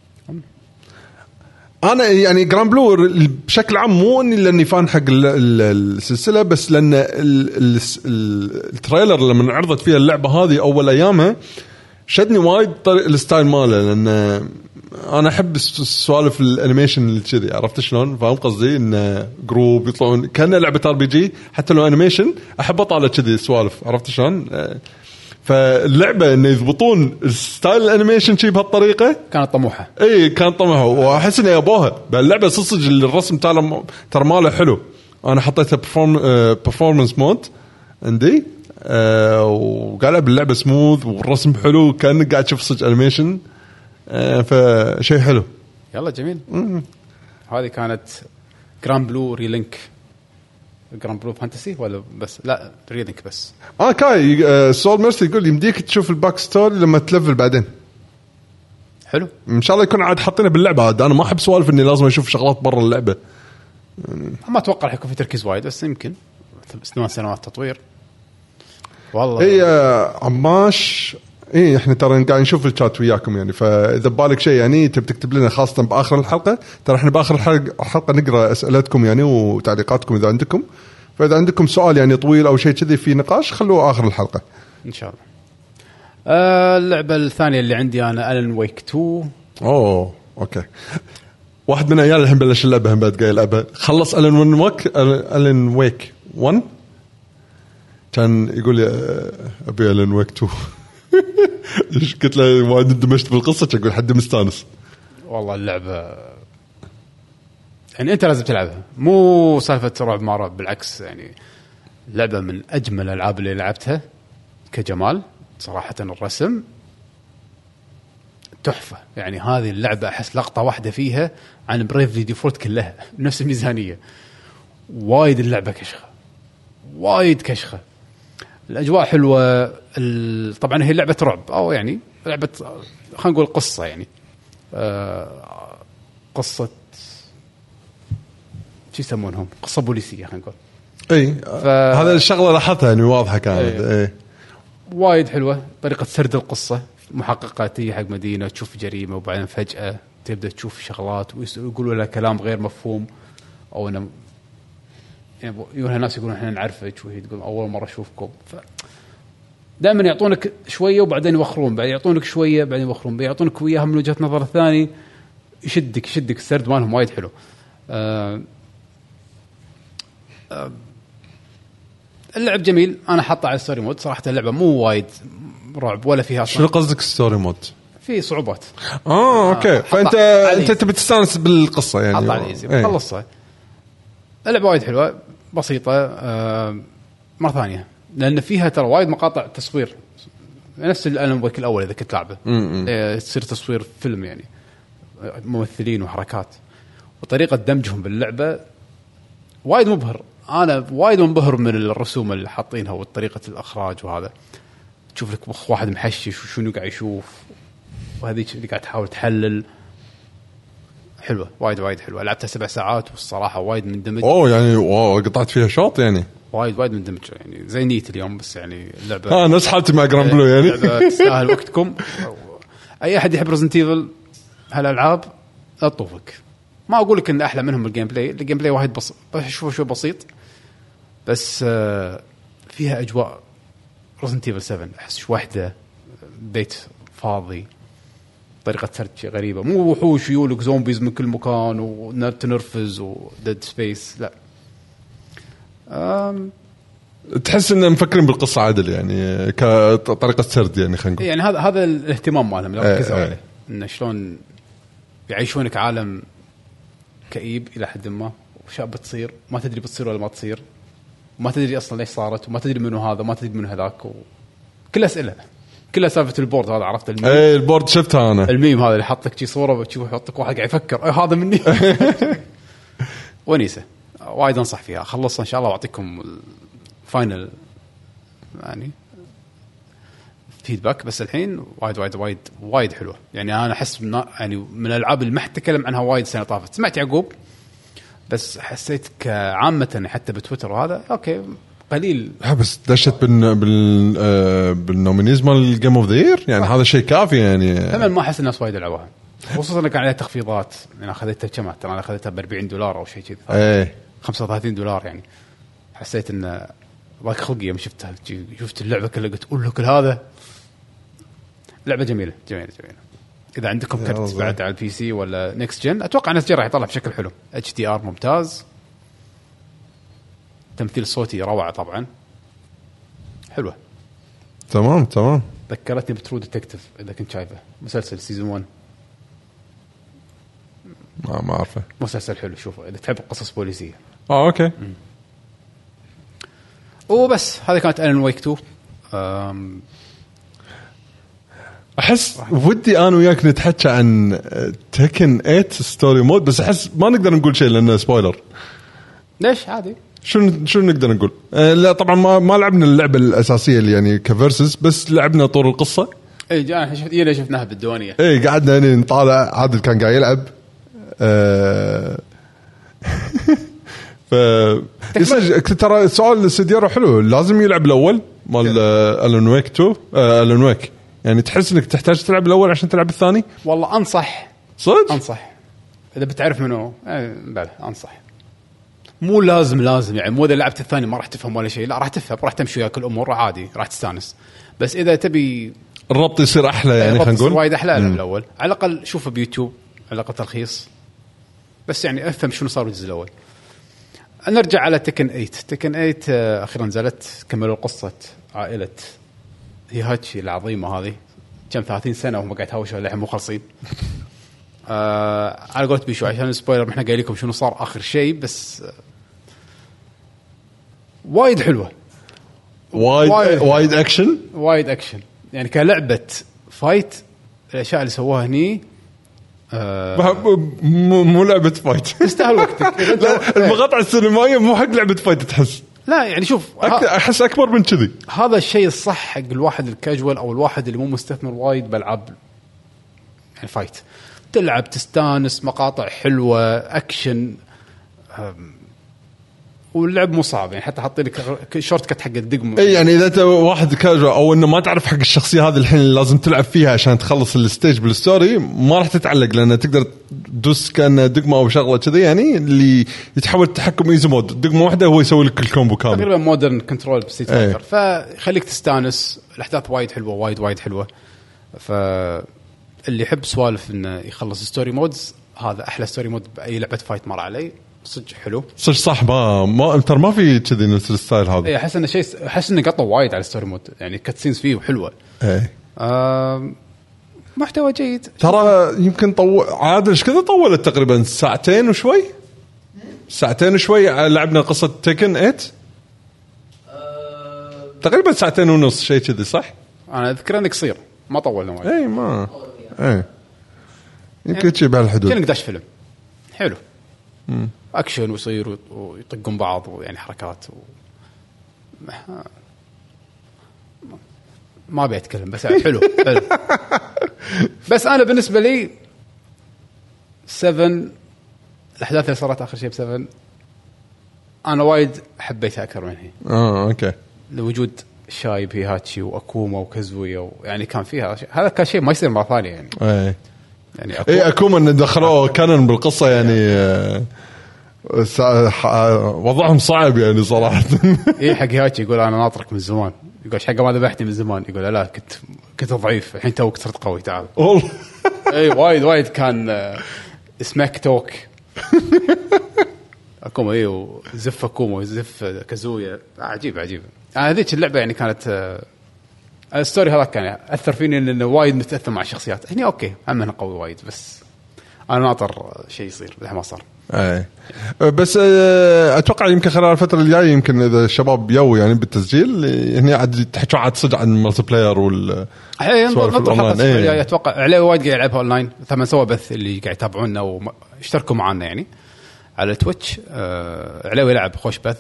انا يعني جراند بلو بشكل عام مو اني لاني فان حق السلسله بس لان التريلر لما عرضت فيها اللعبه هذه اول ايامها شدني وايد الستايل ماله لان انا احب السوالف الانيميشن اللي كذي عرفت شلون فاهم قصدي ان جروب يطلعون كأنه لعبه ار بي جي حتى لو انيميشن احب اطالع كذي سوالف عرفت شلون. فاللعبه انه يضبطون الستايل الانيميشن شيء بهالطريقه كانت طموحه. اي كانت طموحه واحس اني ابوها باللعبه صدق الرسم ترى ماله حلو. انا حطيتها performance مود عندي وقالب اللعبه سموث والرسم حلو كانك قاعد تشوف صدق انيميشن فشيء حلو. يلا جميل. هذه كانت جراند بلو ريلينك. جراند بلو فانتسي ولا بس لا ريلينك بس. كاي سول ميرسي يقول يمديك تشوف الباك ستوري لما تلفل بعدين. حلو ان شاء الله يكون عاد حاطينه باللعبه. هذا انا ما احب سوالف اني لازم اشوف شغلات برا اللعبه ما اتوقع راح يكون في تركيز وايد بس يمكن سنوات تطوير والله. اي عماش ايه احنا ترى قاعد نشوف الشات وياكم يعني فاذا بالك شيء يعني تبي تكتب لنا خاصه باخر الحلقه. ترى احنا باخر الحلقه نقرا اسئلتكم يعني وتعليقاتكم اذا عندكم. فاذا عندكم سؤال يعني طويل او شيء كذي في نقاش خلوه اخر الحلقه ان شاء الله. اللعبه الثانيه اللي عندي انا ألان ويك 2. اوكي واحد من عيال الحين بلش اللعبه هم بعد قايل يلعبها خلص ألان ويك 1 كان يقول لي ابي ألان ويك 2 قلت له وايد اندمجت بالقصه تقول حد مستانس. والله اللعبه يعني انت لازم تلعبها مو سالفه رعب ما رعب بالعكس يعني لعبه من اجمل الالعاب اللي لعبتها كجمال صراحه. الرسم تحفه يعني هذه اللعبه احس لقطه واحده فيها عن بريفلي ديفولت كلها نفس الميزانيه. وايد اللعبه كشخه وايد كشخه. الاجواء حلوه. طبعا هي لعبه رعب او يعني لعبه خلينا نقول قصه يعني قصه شو يسمونهم قصه بوليسيه خلينا نقول. اي هذا الشغله لاحظتها يعني واضحه كانت. اي وايد حلوه طريقه سرد القصه. محققه تيجي حق مدينه تشوف جريمه وبعدين فجاه تبدا تشوف شغلات ويقولوا لها كلام غير مفهوم او انا يعني يقولها ناس يقولون احنا نعرفك وهي تقول اول مره اشوفكم. دائما يعطونك شويه وبعدين يوخرون بعدين يعطونك شويه بعدين يوخرون يعطونك وياها من وجهه نظر ثاني يشدك السرد مالهم وايد حلو. اللعب جميل. انا حاطه على الستوري مود صراحه. اللعبه مو وايد رعب ولا فيها شنو قصدك ستوري مود؟ في صعوبات. اوكي فانت تبي تستانس بالقصه يعني حط على ايزي خلصها. اللعبه وايد حلوه بسيطه. مره ثانيه لان فيها ترى وايد مقاطع تصوير نفس الألان ويك الاول اذا كنت لعبه تصير تصوير فيلم يعني ممثلين وحركات وطريقه دمجهم باللعبه وايد مبهر. انا وايد منبهر من الرسوم اللي حاطينها وطريقه الاخراج وهذا. تشوف لك مخ واحد محشش وشنو قاعد يشوف وهذيك اللي قاعد تحاول تحلل. حلوه وايد حلوه. لعبتها 7 ساعات والصراحه وايد مندمج. يعني قطعت فيها شوط يعني وايد مندمج يعني زي نيت اليوم بس يعني اللعبه ناس حالتي مع جراند بلو يعني اللعبه تستاهل وقتكم. اي احد يحب ريزنت ايفل هالالعاب لا تطوفك. ما اقول لك ان احلى منهم الجيم بلاي واحد بسيط شوي بسيط بس فيها اجواء ريزنت ايفل 7. احس وحده بيت فاضي طريقه سرد شيء غريبه، مو وحوش يولك زومبيز من كل مكان وتنرفز وديد سبيس، لا. تحس ان مفكرين بالقصه عدل يعني كطريقه سرد يعني خلينا نقول. يعني هذا الاهتمام مالهم لو ركزوا عليه، انه شلون يعيشونك عالم كئيب الى حد ما، وشاب بتصير ما تدري بتصير ولا ما تصير، وما تدري اصلا ليش صارت، وما تدري منو هذا وما تدري منو هذاك، كل اسئله، كلها سالفه البورد هذا. عرفت الميم؟ اي البورد شفتها انا، الميم هذا اللي حط لك شي صوره وتشوف يحطك واحد قاعد يفكر هذا مني. ونيسه وايد انصح فيها. خلصها ان شاء الله واعطيكم الفاينل يعني فيدباك، بس الحين وايد وايد وايد وايد حلوه. يعني انا احس يعني من الالعاب اللي ما حد تكلم عنها وايد سنه طافت. سمعت يعقوب بس حسيت كعامه حتى بتويتر وهذا اوكي قليل. بس دشت بالنومينيز مال الجيم اوف ذا يير يعني هذا شيء كافي يعني. ثمن ما احس الناس وايد يلعبوها، خصوصا انك عليها تخفيضات. انا اخذتها كم ترى، انا اخذتها $40 او شيء كذا، ايه $35 يعني. حسيت ان ضاق خلقي يوم شفتها، شفت اللعبه كلها قلت اقول لك هذا لعبه جميله جميله جميله. اذا عندكم كرت بعد على البي سي ولا نيكست جن، اتوقع ناس راح يطلع بشكل حلو. HDR ممتاز، تمثيل صوتي روعه طبعا، حلوه تمام. ذكرتني بترو ديتكتيف اذا كنت شايفه، مسلسل سيزون 1. ما اعرفه، مسلسل حلو شوفه اذا تحب قصص بوليسيه. اوكي. وبس هذه كانت ألان ويك 2. احس ودي انا وياك نتحكي عن تكن 8 ستوري مود، بس احس ما نقدر نقول شيء لانه سبويلر. ليش عادي؟ شو نقدر نقول؟ لا طبعا ما لعبنا اللعبه الاساسيه اللي يعني كفيرسز، بس لعبنا طور القصه. اي شفناها بالديوانيه. اي قعدنا يعني نطالع. عادل كان قاعد يلعب. ترى سؤال سديرو حلو، لازم يلعب الاول مال ألان ويك 2 ألان ويك. يعني تحس انك تحتاج تلعب الاول عشان تلعب الثاني؟ والله انصح صدق، انصح اذا بتعرف منه. بلى انصح، مو لازم يعني مو اذا لعبت الثاني ما راح تفهم ولا شيء، لا راح تفهم، راح تمشي وياك الامور عادي، راح تستانس. بس اذا تبي الربط يصير احلى يعني خلينا نقول وايد احلى الاول، على الاقل شوفه بيوتيوب، على الاقل تلخيص بس يعني افهم شنو صار الجزء الاول. نرجع على تكن 8. تكن 8 اخيرا نزلت، كملوا قصه عائله هيهاتشي العظيمه هذه. كم 30 سنه وهم قاعد يتهاوشوا للحين مو خالصين. على قولت بيشو عشان السبويلر احنا قايل لكم شنو صار اخر شيء، بس وايد حلوه، وايد اكشن يعني كلعبه فايت. الاشياء اللي سووها هني مو لعبه فايت تستاهل وقتك. لا المقاطع السينمائيه مو حق لعبه فايت تحس. لا يعني شوف احس اكبر من كذي. هذا الشيء الصح حق الواحد الكاجوال او الواحد اللي مو مستثمر وايد بالعاب يعني فايت. تلعب تستانس، مقاطع حلوه، اكشن، واللعب مو صعب يعني. حتى حاطين لك شورت كت حق الدقم. اي يعني اذا انت واحد كاجوال او انه ما تعرف حق الشخصيه هذه الحين اللي لازم تلعب فيها عشان تخلص الستيج بالستوري، ما راح تتعلق لان تقدر تدوس كان دقمه او شغله كذي يعني اللي يتحول التحكم ايزي مود، دقمه واحده هو يسوي لك الكومبو كامل تقريبا مودرن كنترول بسيت فايتر. فخليك تستانس، الاحداث وايد حلوه، وايد حلوه. فاللي يحب سوالف انه يخلص ستوري مودز، هذا احلى ستوري مود باي لعبه فايت مر علي. صدق حلو، صدق صح. ما ترى ما في كذي نفس الستايل هذا. اي احس انه شيء، احس انه قطوا وايد على الستوري مود يعني، كاتسينز فيه وحلوه. اي محتوى جيد. ترى يمكن طول عادل ايش كذا طولت تقريبا ساعتين وشوي لعبنا قصه تكن 8 تقريبا 2.5 ساعة شيء كذي صح. انا اذكر انك قصير ما طولنا وايد. اي ما يمكن شيء بهالحدود. كأنك داش فيلم حلو، اكشن ويصير ويطقون بعض ويعني حركات ما ابي اتكلم بس يعني حلو. بس انا بالنسبه لي 7 الاحداث اللي صارت اخر شيء ب7 انا وايد حبيتها اكثر من هي. اوكي. لوجود شايب هيهاتشي واكوما وكازويا يعني كان فيها هذا كان شيء ما يصير مره ثانيه يعني. يعني اكوما ان دخلوا كانن بالقصه يعني وضعهم صعب يعني صراحه. حق هيهاتشي يقول انا ناطرك من زمان، يقول حق ما ذبحتني من زمان، يقول لا كنت ضعيف الحين توك صرت قوي تعال. والله اي وايد كان سماك توك اكوما وزف اكوما وزف كازويا عجيب هذيك اللعبه يعني كانت الستوري هذا كان اثر فيني لانه وايد متاثر مع الشخصيات هنا اوكي عمنا قوي وايد بس انا ناطر شيء يصير ما صار اي بس اتوقع يمكن خلال الفتره الجايه يمكن اذا الشباب يو يعني بالتسجيل هنا عاد تحكوا عاد صدق عن الملتي بلاير وال اتوقع عليه وايد قاعد يلعبها اونلاين ثم سوى بث اللي قاعد يتابعونا واشتركوا معنا يعني على تويتش عليه يلعب خوش بث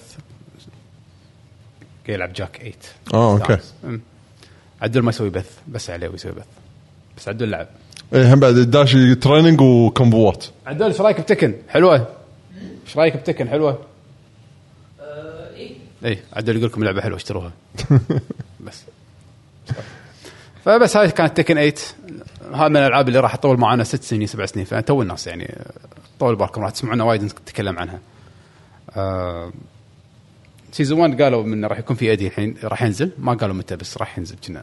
قاعد يلعب جاك 8 اوكي عدل ما يسوي بث بس عليه ويسوي بث بس عدل لعب ايه هم بعد داشي تريننج وكومبوات عدل ايش رايك بتكن حلوه ايش رايك بتكن حلوه ايه عدل يقول لكم لعبه حلوه اشتروها بس فبس هاي كانت تكن 8 هذا من الالعاب اللي راح تطول معنا 6 سنين 7 سنين فتو الناس يعني طول بالكم راح تسمعونا وايد نتكلم عنها سيزون 1 قالوا من راح يكون في ايدي الحين راح ينزل ما قالوا متى بس راح ينزل كنا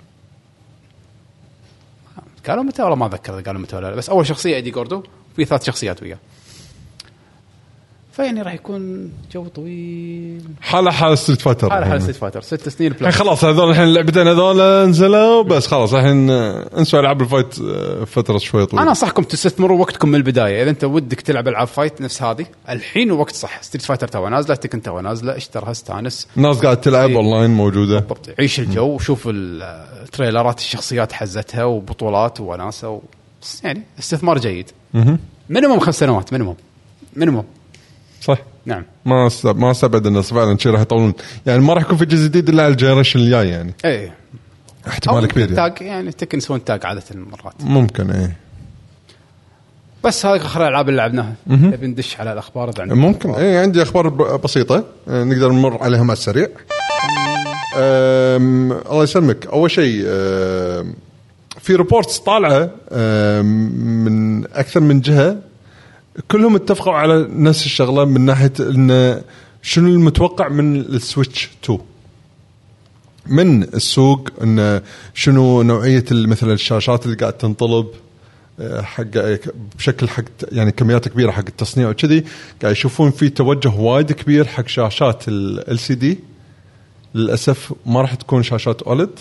قالوا متى ولا ما ذكر قالوا متى ولا لا بس اول شخصيه ايدي جوردو في 3 شخصيات وياه فيعني راح يكون جو طويل حالة ستريت فايتر حالة ستريت فايتر 6 سنين خلاص هذول الحين اللعبتين هذول نزلوا بس خلاص الحين انسوا العاب الفايت فترة شوي طويلة. انا انصحكم تستثمروا وقتكم من البدايه اذا انت ودك تلعب العاب فايت نفس هذه الحين وقت صح ستريت فايتر تو نازله تكن تو نازله اشترها استانس الناس قاعد تلعب اونلاين موجوده عيش الجو وشوف التريلرات الشخصيات حزتها وبطولات وناسه يعني استثمار جيد مينيموم 5 سنوات مينيموم صح نعم ما استبعد الناس فعلا شيء راح يطولون يعني ما راح يكون في جزء جديد الا على الجنريشن الجاي يعني ايه احتمال كبير تاج يعني تكن يسوون تاج عاده المرات ممكن ايه بس هذه اخر الالعاب اللي لعبناها نبي ندش على الاخبار اذا عندك ممكن ايه عندي اخبار بسيطه نقدر نمر عليها مع السريع الله يسلمك اول شيء في ريبورتس طالعه من اكثر من جهه كلهم اتفقوا على نفس الشغله من ناحيه ان شنو المتوقع من السويتش 2 من السوق ان شنو نوعيه مثلا الشاشات اللي قاعد تنطلب حق بشكل حق يعني كميات كبيره حق التصنيع وكذي قاعد يشوفون في توجه وايد كبير حق شاشات ال LCD للاسف ما راح تكون شاشات OLED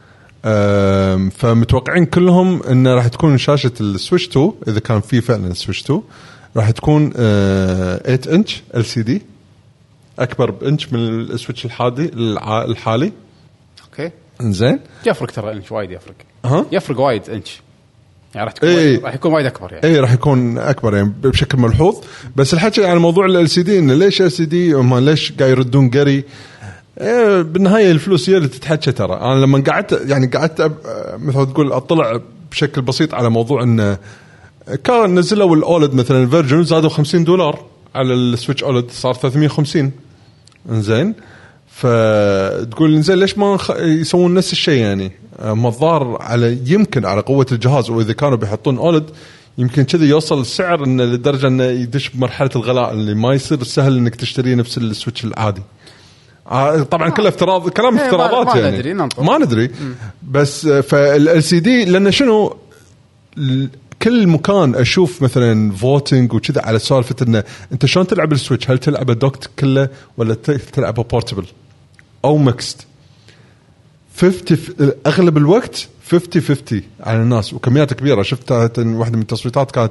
فمتوقعين كلهم ان راح تكون شاشه السويتش 2 اذا كان في فعلا السويتش 2 راح تكون 8 انش LCD اكبر بانش من السويتش الحالي اوكي انزين يفرق ترى انش وايد يفرق وايد انش يعني راح يكون وايد اكبر يعني راح يكون اكبر يعني بشكل ملحوظ بس الحكي عن موضوع LCD انه ليش LCD وما ليش قاعد يردون قري بالنهايه الفلوس هي اللي تتحكى ترى انا لما قعدت مثل تقول اطلع بشكل بسيط على موضوع انه كان نزلوا الأولد مثلا الفيرجن زادوا $50 على السويتش أولد صار 350 انزين فتقول انزين ليش ما يسوون نفس الشيء يعني مضار على يمكن على قوة الجهاز واذا كانوا بيحطون أولد يمكن كذا يوصل السعر انه لدرجة انه يدش بمرحلة الغلاء اللي ما يصير سهل انك تشتري نفس السويتش العادي طبعا كله افتراض كلام افتراضات يعني ما ندري بس فال-LCD لأنه شنو كل مكان اشوف مثلا فوتنج وكذا على سالفه انه انت شلون تلعب السويتش هل تلعبه دوكت كله ولا تلعبه بورتبل او ميكست 50 اغلب الوقت 50-50 على الناس وكميات كبيره شفتها واحده من التصويتات كانت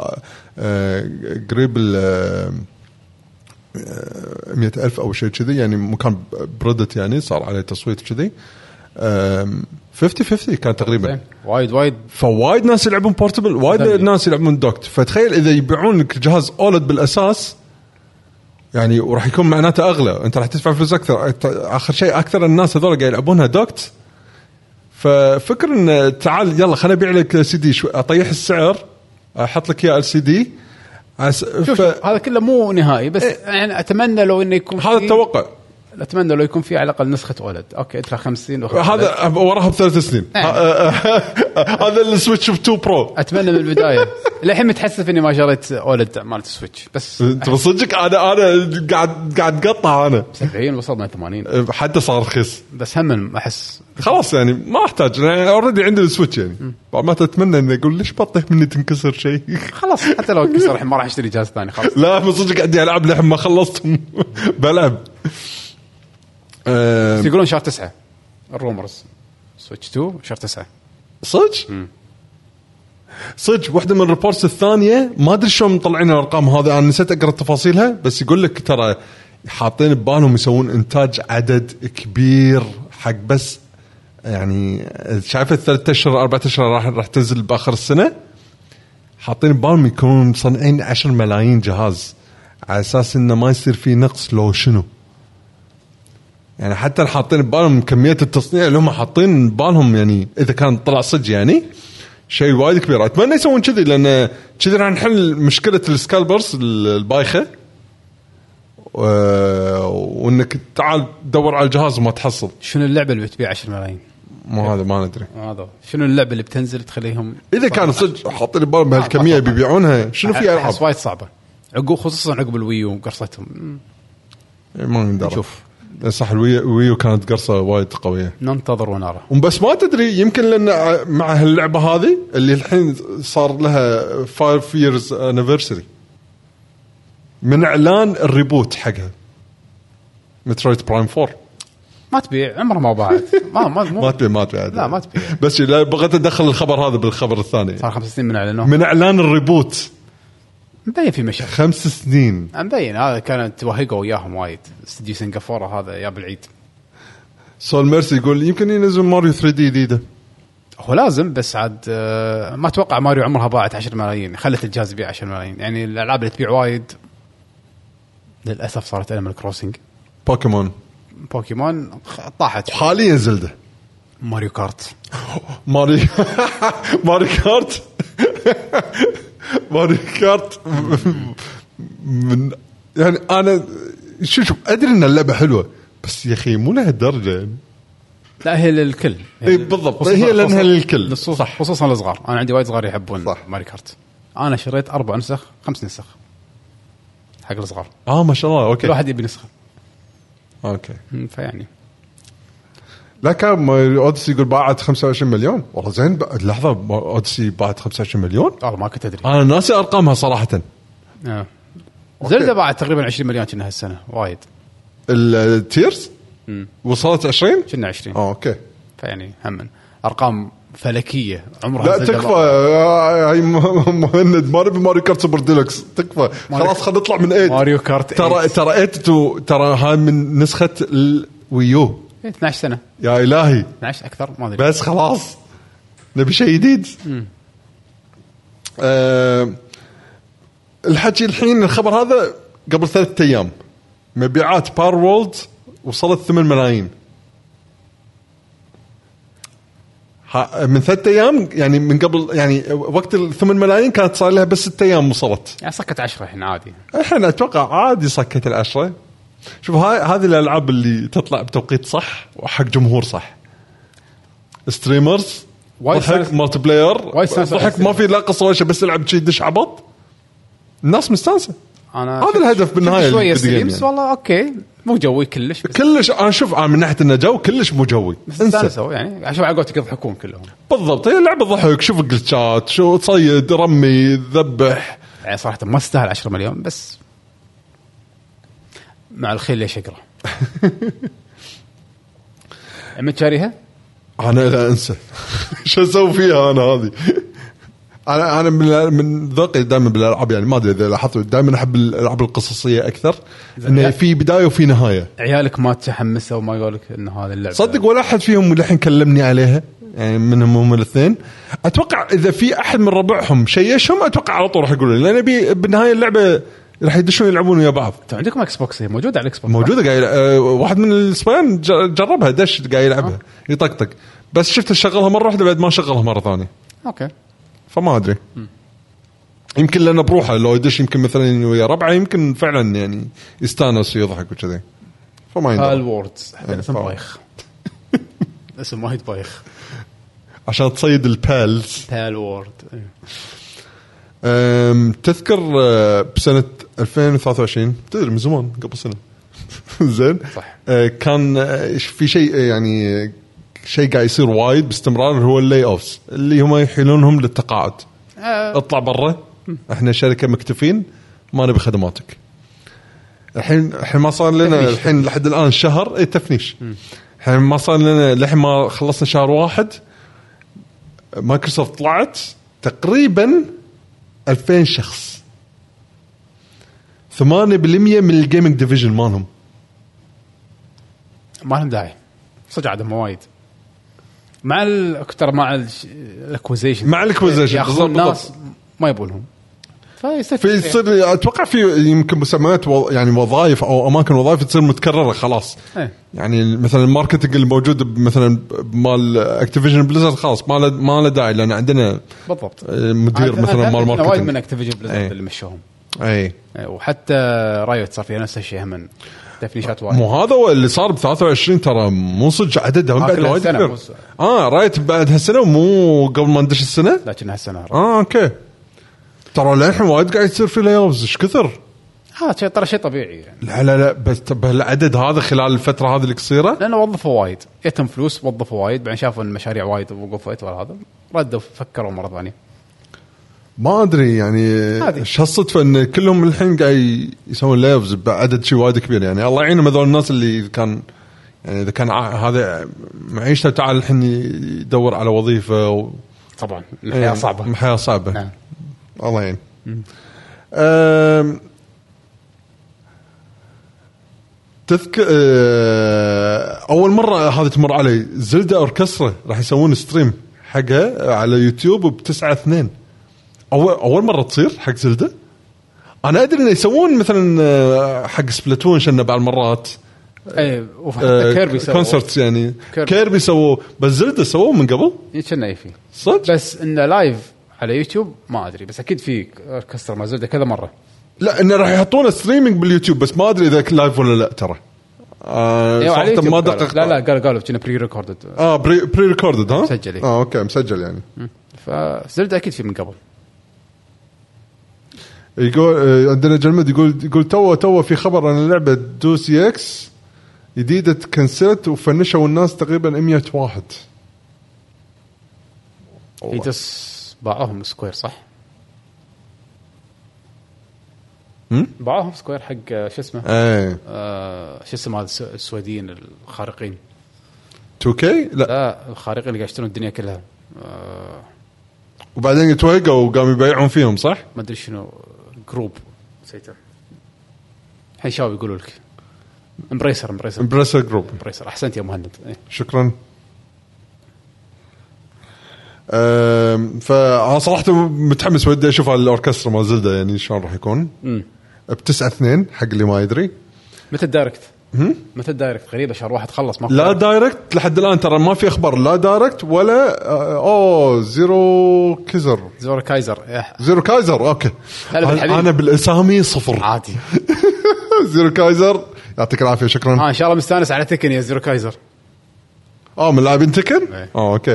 قريب 100,000 او شيء كذي يعني مكان بردت يعني صار عليه تصويت كذي 50-50 كان تقريبا وايد فوايد ناس يلعبون بورتبل وايد ناس يلعبون دوكت فتخيل إذا يبيعون لك جهاز أولد بالأساس يعني وراح يكون معناته أغلى أنت راح تدفع فلوس أكثر آخر شيء أكثر الناس هذول قاعد يلعبونها دوكت ففكر إن تعال يلا خلنا أبيع لك CD شو أطيح السعر أحط لك إياه LCD شوف هذا كله مو نهائي بس يعني أتمنى لو إنه يكون هذا التوقع اتمنى لو يكون في على الاقل نسخه اولد. اوكي ادفع 50 هذا وراها ب3 سنين. هذا السويتش 2 برو. اتمنى من البدايه. الحين متحسف اني ما شريت اولد مالت السويتش بس انت صدقك انا قاعد قطع انا 70 وصلنا 80 حتى صار رخيص بس هم احس خلاص يعني ما احتاج انا اوريدي عندي السويتش يعني ما تتمنى اني اقول ليش بطيح مني تنكسر شيء. خلاص حتى لو كسر الحين ما راح اشتري جهاز ثاني خلاص. لا من صدق عندي العاب لحين ما خلصتهم بلعب. يقولون شهر 9 الرومرز سويتش 2 شهر 9 صدق واحدة من الريبورتس الثانية ما أدري شلون مطلعين الأرقام هذا أنا نسيت أقرأ تفاصيلها بس يقول لك ترى حاطين ببالهم يسوون إنتاج عدد كبير حق بس يعني شايف 3 أشهر 4 أشهر راح تنزل بآخر السنة حاطين ببالهم يكونون مصنعين 10 ملايين جهاز على أساس إنه ما يصير فيه نقص لو شنو يعني حتى حاطين ببالهم كمية التصنيع اللي هم حاطين ببالهم يعني إذا كان طلع صدق يعني شيء وايد كبير. أتمنى يسوون كذي لأن كذي راح نحل مشكلة السكالبرز البايخة وإنك تعال تدور على الجهاز وما تحصل. شنو اللعبة اللي بتبيع 10 ملايين؟ هذا ما ندري. هذا شنو اللعبة اللي بتنزل تخليهم إذا كان صدق حاطين ببالهم بهالكمية بيبيعونها شنو في ألعاب وايد صعبة عقب خصوصا عقب الويو قرصتهم ما ندري. شوف صح الويو كانت قرصة وايد قوية ننتظر ونرى بس ما تدري يمكن لأن مع هاللعبة هذه اللي الحين صار لها 5 years anniversary من إعلان الريبوت حقها مترويد برايم 4 ما تبيع عمره ما باعت ما تبيع لا ما تبيع بس لا بغيت أدخل الخبر هذا بالخبر الثاني صار 5 سنين من إعلان الريبوت مبين في مشاكل 5 سنين مبين هذا كانت توهقوا وياهم وايد استديو سنغافورة هذا يا بالعيد. سول ميرسي يقول يمكن ينزل ماريو 3D جديدة هو لازم بس عاد ما اتوقع ماريو عمرها باعت 10 ملايين خلت الجهاز يبيع 10 ملايين يعني الالعاب اللي تبيع وايد للاسف صارت انيمال كروسنج بوكيمون طاحت حاليا زلدة ماريو كارت ماريو كارت ماريو كارت من يعني انا شوف ادري ان اللعبه حلوه بس يا اخي مو لهالدرجه يعني. لا هي للكل اي بالضبط هي لانها للكل صح خصوصا الصغار انا عندي وايد صغار يحبون ماريو كارت انا شريت 4 نسخ 5 نسخ حق الصغار ما شاء الله اوكي كل واحد يبي نسخه اوكي فيعني لا كان اوديسي يقول باعت 25 مليون والله زين لحظه اوديسي باعت 25 مليون والله ما كنت ادري انا ناسي ارقامها صراحه. زلدة باعت تقريبا 20 مليون كنا هالسنه وايد التيرز وصلت 20 كنا 20 اوكي فيعني هم ارقام فلكيه عمرها لا تكفى هاي مهند ماريو كارت سوبر ديلكس تكفى خلاص خلينا نطلع من 8 ماريو كارت ترى هاي من نسخه الويو 12 سنه يا الهي 12 اكثر ما ادري بس خلاص نبي شيء جديد. الحكي الحين الخبر هذا قبل 3 أيام مبيعات بار وولد وصلت 8 ملايين من 3 أيام يعني من قبل يعني وقت 8 ملايين كانت صار لها بس 6 أيام وصلت يعني سكت 10 الحين عادي الحين أتوقع عادي سكت 10. شوف هذه الألعاب اللي تطلع بتوقيت صح وحق جمهور صح ستريمرز ضحك مالتي بلاير ضحك ما في لا قصة ولا شيء بس لعب شيء دش عبط الناس مستانسة هذا الهدف بالنهاية شوية ستريمز يعني. والله أوكي مو جوي كلش أنا شوف أنا من ناحية إنه جو كلش مو جوي استانسوا يعني عشان عقوتك يضحكون كلهم بالضبط هي لعبة ضحك شوف الجلتشات شو تصيد رمي ذبح يعني صراحة ما استاهل 10 مليون بس مع الخيل ليش أقرأ عمد شاريها أنا لا أنسى شو أسوي فيها أنا هذه أنا من ذوقي دائما بالألعاب يعني ما أدري إذا لاحظتوا دائما أحب الألعاب القصصية أكثر إنه في بداية وفي نهاية. عيالك ما تحمسوا وما يقولك إن هذا اللعبة صدق ولا أحد فيهم اللي الحين كلمني عليها يعني منهم هم الاثنين أتوقع إذا في أحد من ربعهم شيشهم أتوقع على طول راح يقولوا لي لأن بالنهاية اللعبة راح يدشون يلعبون ويا بعض. عندكم اكس بوكس هي موجوده على الاكس بوكس موجوده قاعد واحد من الاسبان جربها دش قاعد يلعبها يطقطق بس شفت اشغلها مره واحده بعد ما شغلها مره ثانيه اوكي فما ادري يمكن لانه بروحه لو يدش يمكن مثلا ويا ربعه يمكن فعلا يعني يستانس ويضحك وكذا فما يندرى. الوردز اسم بايخ. اسم وايد بايخ عشان تصيد البالز. بال وورد. تذكر بسنة 2023 تدري من زمان قبل سنة زين صح. كان في شيء يعني شيء قاعد يصير وايد باستمرار هو اللي اوفز اللي هم يحيلونهم للتقاعد. اطلع برا احنا شركة مكتفين ما نبي خدماتك. الحين ما صار لنا الحين لحد الآن شهر تفنيش. الحين ما صار لنا لحين ما خلصنا شهر واحد مايكروسوفت طلعت تقريبا 2000 شخص 8% من الجيمنج ديفيجن مالهم ما لهم داعي صدق عندهم وايد مع الاكتر مع الاكوزيشن ياخذون الناس ما يبونهم في يصير اتوقع في يمكن مسميات يعني وظائف او اماكن وظائف تصير متكرره خلاص. يعني مثلا الماركتنج الموجود مثلا مال اكتيفيجن بليزرد خلاص ما له داعي لان عندنا بالضبط مدير مثلا مال ماركتنج وايد من اكتيفيجن بليزرد اللي مشوهم. اي وحتى رايوت صار فيها نفس الشيء هم تفنيشات وايد. مو هذا اللي صار ب 23 ترى مو صدق عددهم بعد وايد كبير. رايت بعد هالسنه مو قبل ما ندش السنه لكن هالسنه اوكي ترى الحين وايد قاعد يصير في لايوفز ايش كثر. شيء ترى شيء طبيعي يعني. لا بس بهالعدد هذا خلال الفتره هذه القصيره لانه وظفوا وايد يتم فلوس وظفوا وايد بعدين شافوا المشاريع وايد وقفت ولا هذا ردوا فكروا مره ثانيه ما ادري يعني شو الصدفه ان كلهم الحين قاعد يسوون لايفز بعدد شيء وايد كبير. يعني الله يعينهم هذول الناس اللي كان يعني اذا كان هذا معيشته تعال الحين يدور على وظيفه طبعا الحياه صعبه نعم. الله يعين. تذكر اول مره هذه تمر علي زلدة اوركسترا راح يسوون ستريم حقها على يوتيوب ب9/2 اول مره تصير حق زلدة. انا ادري انه يسوون مثلا حق سبلاتون شنه بعض المرات اي وحتى كيربي سووا كونسرتس يعني كيربي سووا بس زلدة سووه من قبل يتشنى اي فيه صدق بس انه لايف على يوتيوب ما ادري بس اكيد في اوركسترا ما زلدة كذا مره. لا انه راح يحطونه ستريمينج باليوتيوب بس ما ادري اذا لايف ولا لا ترى. صراحه ما دققت. لا قالوا كنا بري ريكوردد. بري ريكوردد ها مسجل. اوكي مسجل يعني. فزلدة اكيد في من قبل. يقول عندنا جلمد يقول تو في خبر عن لعبه دوسي اكس جديده كنسلت وفنشوا الناس تقريبا 100 واحد. يدس باعوهم سكوير صح؟ باعوهم سكوير حق شو اسمه شو اسمه هذا السويديين الخارقين 2K لا الخارقين اللي قاعد يشترون الدنيا كلها وبعدين يتوقعوا وقاموا يبيعون فيهم صح؟ ما ادري شنو جروب نسيته الحين شباب يقولوا لك امبريسر جروب احسنت يا مهند. شكرا. فصراحة متحمس ودي أشوف على الأوركسترا ما زلدة يعني شلون راح يكون ب9/2 حق اللي ما يدري. متى الدايركت غريبة شهر واحد خلص ما لا دايركت لحد الآن ترى ما في أخبار لا دايركت ولا زيرو كايزر أوكي أنا بالأسامي صفر عادي. زيرو كايزر يعطيك العافية شكرا. إن شاء الله مستانس على تكن يا زيرو كايزر. من لاعبين تكن أوكي.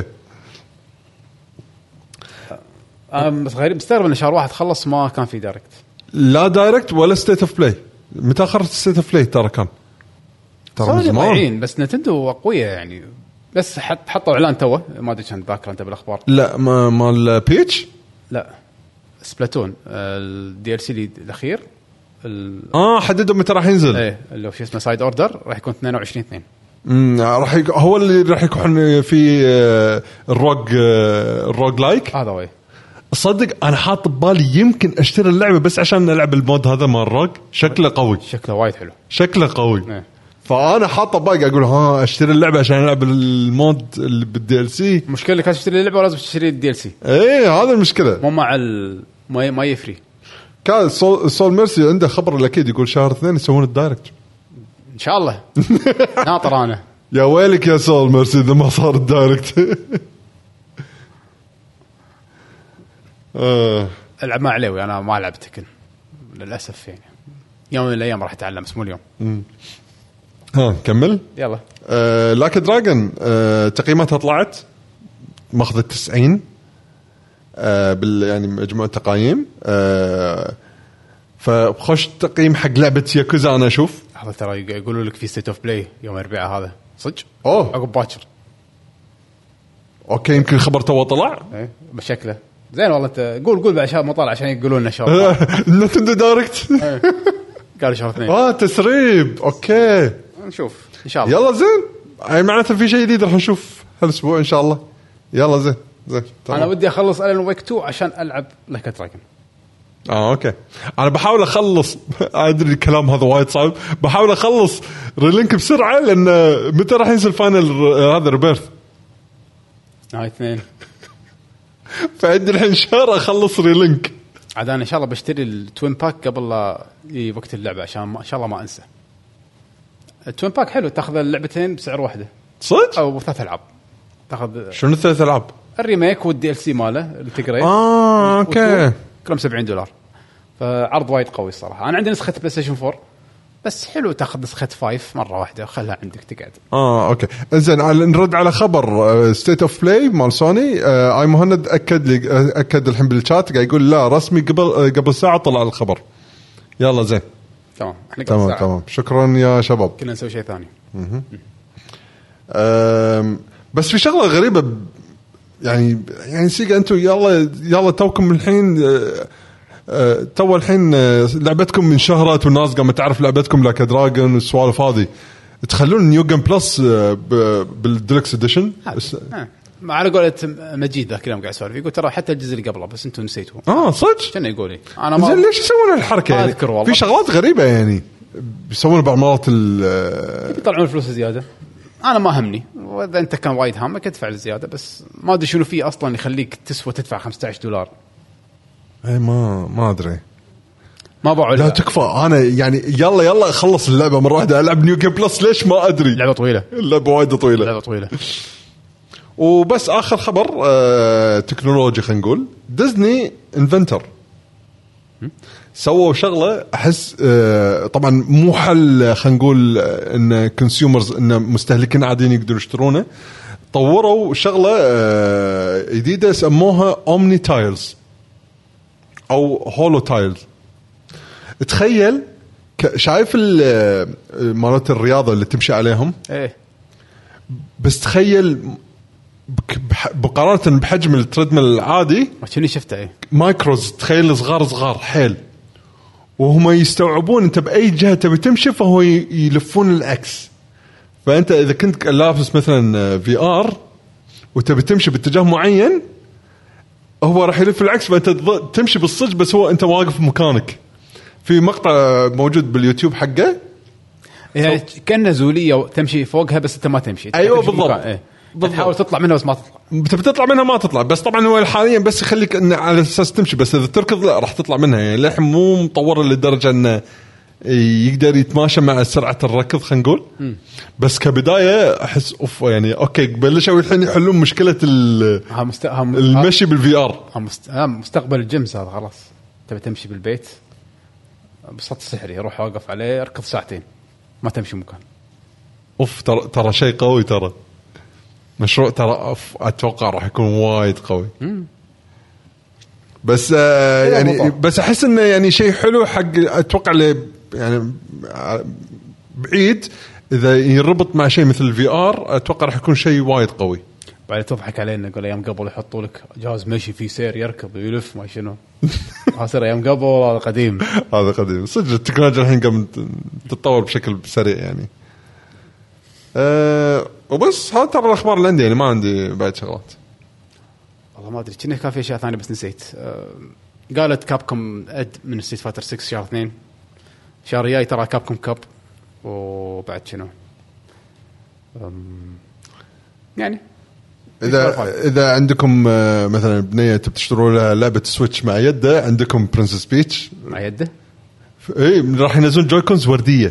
بس غريب مستغرب ان شهر واحد خلص ما كان في دايركت. لا دايركت ولا ستيت اوف بلاي. متى اخرت ستيت اوف بلاي ترى كان من زمان بس نتندو قويه يعني بس حطوا اعلان توه ما ادري كان ذاكر انت بالاخبار. لا مال بيتش لا سبلاتون الدي ال سي الاخير حددوا متى راح ينزل. ايه اللي شو اسمه سايد اوردر راح يكون 22/2. راح هو اللي راح يكون في الروج لايك هذا وين صدق انا حاط ببالي يمكن اشتري اللعبه بس عشان العب المود هذا مال الروج شكله قوي شكله وايد حلو شكله قوي فانا حاطه باقي اقول اشتري اللعبه عشان العب المود اللي بالدي ال سي. المشكله كان تشتري اللعبه ولازم تشتري الدي ال سي. هذا المشكله مو مع ما يفري. كان سول ميرسي عنده خبر الاكيد يقول شهر 2 يسوون الدايركت ان شاء الله. ناطر انا يا ويلك يا سول ميرسي اذا ما صار الدايركت. العب ما عليه انا ما العب تكن للاسف يعني يوم من الايام راح اتعلم اسمه اليوم. ها كمل. يلا. لاك دراجون تقييماتها طلعت ماخذ 90 يعني مجموعة تقايم. فخش تقييم حق لعبة ياكوزا. أنا أشوف هذا ترى يقولوا لك في ستيت اوف بلاي يوم الأربعاء هذا صدق. عقب باكر. اوكي يمكن الخبر تو طلع. ايه بشكله زين والله. انت قول بعد شهر ما طلع عشان يقولون لنا شهر. نتندو دايركت. قالوا شهر 2. تسريب. اوكي نشوف ان شاء الله. يلا زين. يعني معناته في شيء جديد راح نشوف هالاسبوع ان شاء الله. يلا زين. انا ودي اخلص ألان ويك 2 عشان العب لايك دراجون. اوكي انا بحاول اخلص. ادري الكلام هذا وايد صعب. بحاول اخلص ريلينك بسرعه لان متى راح ينزل فاينل هذا ريبيرث. هاي 2. فعندي الحين شهر اخلص ريلينك. عاد انا ان شاء الله بشتري التوين باك قبل لا وقت اللعبه عشان ان شاء الله ما انسى. التوين باك حلو. تاخذ اللعبتين بسعر واحده صدق او 3 ألعاب. تاخذ شنو 3 ألعاب؟ الريميك والدي ال سي ماله الانتجريت. اوكي كلهم $70. فعرض وايد قوي الصراحه. انا عندي نسخه بلاي ستيشن 4 بس حلو تاخذ نسخه 5 مره واحده وخلها عندك تقعد. اوكي زين. نرد على خبر ستيت اوف بلاي مال سوني. اي مهند اكد الحين بالشات قاعد يقول لا رسمي قبل ساعه طلع الخبر. يلا زين تمام. احنا تمام. شكرا يا شباب. كنا نسوي شيء ثاني. بس في شغله غريبه يعني سيجا انتم يلا توكم الحين تو الحين لعبتكم من شهرات والناس قامت تعرف لعبتكم لاك دراجون والسوالف هذه. تخلون نيو جيم بلس بالديلكس اديشن. ما على قولة مجيد ذاك اليوم قاعد يسولف يقول ترى حتى الجزء اللي قبله بس انتم نسيتوه. صدق كان يقول لي انا ما زين ليش يسوون الحركه يعني؟ في شغلات غريبه يعني بيسوون بعض المرات يطلعون فلوس زياده. انا ما همني واذا انت كان وايد هامك ادفع الزياده بس ما ادري شنو فيه اصلا يخليك تسوى تدفع $15. اي ما ادري. ما باعوا لا تكفى. انا يعني يلا اخلص اللعبه مره واحده العب نيو جيم بلس. ليش ما ادري. لعبه طويله. اللعبه وايد طويله. وبس اخر خبر تكنولوجي خلينا نقول ديزني انفنتر سووا شغله احس طبعا مو حل خلينا نقول ان كونسيومرز ان مستهلكين عاديين يقدروا يشترونه. طوروا شغله جديده سموها اومني تايلز او هولو تايلز. تخيل شايف مالات الرياضه اللي تمشي عليهم. ايه بس تخيل بقارنة بحجم التريدميل العادي ما شنو شفته. ايه مايكروز. تخيل صغار حيل وهم يستوعبون انت باي جهه تبي تمشي فهو يلفون العكس. فانت اذا كنت لابس مثلا في ار وتبي تمشي باتجاه معين هو راح يلف العكس فانت تمشي بالصج بس هو انت واقف مكانك. في مقطع موجود باليوتيوب حقه يعني كأنه زوليه تمشي فوقها بس انت ما تمشي. ايوه بالضبط. تحاول تطلع منها بس ما تطلع. بتطلع منها ما تطلع. بس طبعا هو حاليا بس يخليك إن على اساس تمشي بس اذا تركض لا راح تطلع منها. يعني للحين مو مطور لدرجه انه يقدر يتماشى مع سرعه الركض خلينا نقول. بس كبدايه احس اوف يعني اوكي بلشوا الحين يحلون مشكله المشي بالفي ار. مستقبل الجيمز هذا خلاص. تبي تمشي بالبيت بسط سحري روح واقف عليه اركض ساعتين ما تمشي مكان. اوف ترى شيء قوي. ترى مشروع ترى اتوقع راح يكون وايد قوي. بس يعني بس احس انه يعني شيء حلو حق اتوقع يعني بعيد اذا يربط مع شيء مثل الفي ار اتوقع راح يكون شيء وايد قوي. بعد تضحك علينا نقول ايام قبل يحطوا لك جهاز مشي فيه سير يركض ويلف ما شنو. هذا ايام قبل هذا قديم. هذا قديم صدق. التكنولوجيا الحين قام تتطور بشكل سريع يعني. وبس هذا ترى الاخبار اللي عندي يعني ما عندي بعد شغلات. والله ما ادري كنا كان في اشياء ثانيه بس نسيت. قالت كابكوم اد من ستريت فايتر 6 شهر 2 شهر جاي ترى كابكوم كاب. وبعد شنو يعني اذا عندكم مثلا بنيه تشتروا لها لعبه سويتش مع يده عندكم برنسس بيتش مع يده. اي راح ينزلون جويكونز ورديه.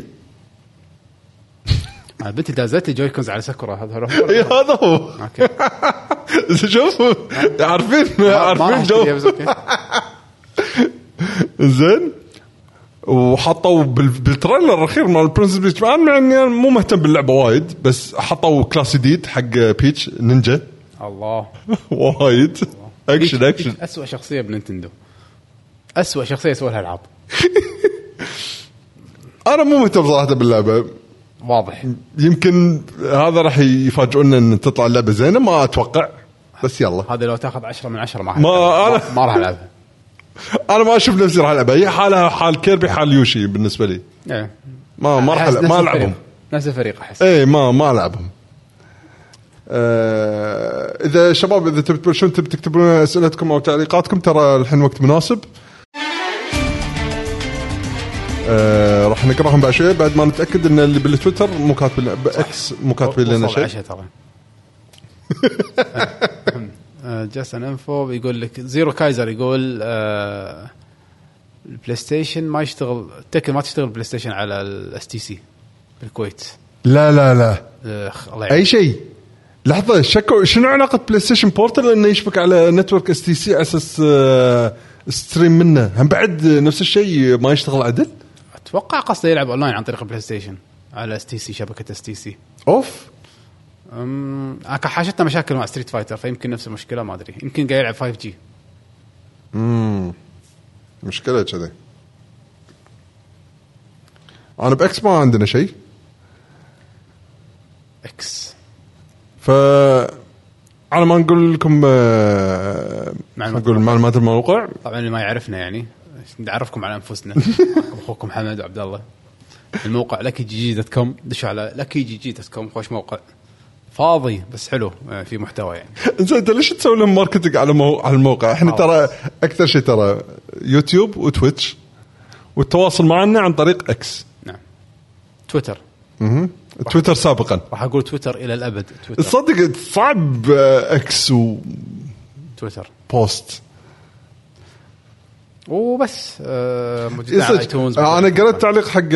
بنتي دازت جويكونز على سكرة. هذا هو اوكي. شوف عارفين جو. زين وحطوا بالتريلر الاخير مال برنسس بيتش. انا يعني مو مهتم باللعبه وايد، بس حطوا كلاس جديد حق بيتش نينجا. الله وايد اكشن. اسوأ شخصيه بنينتندو، اسوأ شخصيه سوالها العاب. انا مو مهتم صراحه باللعبه، واضح. يمكن هذا راح يفاجئونا ان تطلع اللعبه زينه، ما اتوقع، بس يلا. هذا لو تاخذ 10 من 10 ما راح العبها. انا ما اشوف نفسي راح العبها. هي حالها حال كيربي حال يوشي بالنسبه لي. ما راح ما العبهم نفس الفريق احس. ما العبهم. اذا شباب اذا تبون تكتبون اسئلتكم او تعليقاتكم ترى الحين وقت مناسب. راح نقراهم بعد شوي بعد ما نتاكد ان اللي بالتويتر مو كاتب باكس مو كاتب لنا شيء. جاستن انفو بيقول لك زيرو كايزر يقول البلاي ستيشن ما يشتغل، تكن ما تشتغل بلاي ستيشن على الاس تي سي بالكويت. لا اي شيء. لحظه شنو علاقه بلاي ستيشن بورتال انه يشبك على نتورك اس تي سي على اساس ستريم منه؟ هم بعد نفس الشيء ما يشتغل عدل. اتوقع قصده يلعب اونلاين عن طريق البلاي ستيشن على اس تي سي، شبكه اس تي سي. اوف. حاجتنا مشاكل مع ستريت فايتر، فيمكن نفس المشكله، ما ادري، يمكن قاعد يلعب 5G. مشكله كذا. انا باكس ما عندنا شيء اكس، على ما نقول لكم نقول معلومات الموقع. طبعا اللي ما يعرفنا يعني نعرفكم على انفسنا. اخوكم حمد وعبد الله. الموقع luckygg.com، دشوا على luckygg.com، خوش موقع فاضي بس حلو، في محتوى يعني. انت ليش تسوي لهم ماركتينج على الموقع؟ احنا ترى اكثر شيء ترى يوتيوب وتويتش، والتواصل معنا عن طريق اكس. نعم. تويتر. تويتر سابقا، راح اقول تويتر الى الابد. تويتر تصدق صعب اكس و تويتر بوست وبس. موجود على ايتونز. انا قرأت تعليق حق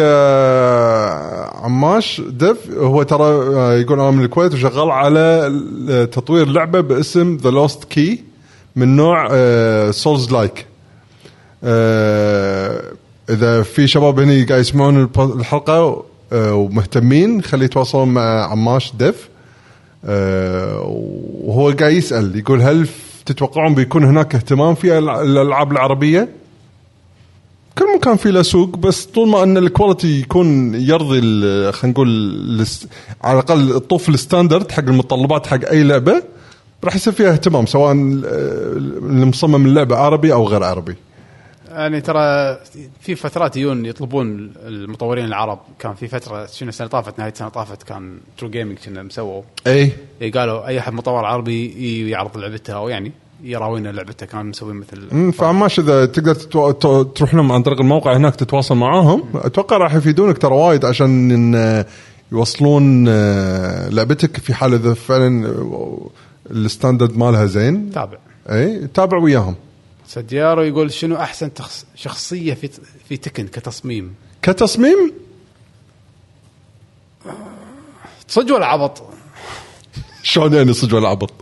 عماش ديف، هو ترى يقول انا من الكويت وشغال على تطوير لعبه باسم ذا لوست كي من نوع سولز لايك. اذا في شباب هنا قاعد يسمعون الحلقه ومهتمين خلي يتواصلون مع عماش ديف. وهو قاعد يسأل يقول هل تتوقعون بيكون هناك اهتمام في الألعاب العربية؟ كل مكان فيه له سوق، بس طول ما أن الكواليتي يكون يرضي خلينا نقول على الأقل الطوف الستاندرد حق المتطلبات حق أي لعبة، راح يصير فيها اهتمام سواء المصمم اللعبة عربي أو غير عربي. يعني ترى في فترات يطلبون المطورين العرب، كان في فترة شنو سنة طافت، نهاية سنة طافت، كان ترو جيمينج كنا مسووا قالوا أي أحد مطور عربي يعرض لعبته أو يعني يراوينا لعبته، كان مسوي مثل فعماش إذا تقدر تروح لهم عن طريق الموقع هناك تتواصل معاهم، أتوقع راح يفيدونك ترى وايد عشان يوصلون لعبتك في حال إذا فعلا الستاندرد مالها زين. تابع وياهم. سديارو يقول شنو أحسن شخصية في تكن كتصميم؟ صج ولا عبط؟ شلون يعني صج ولا عبط؟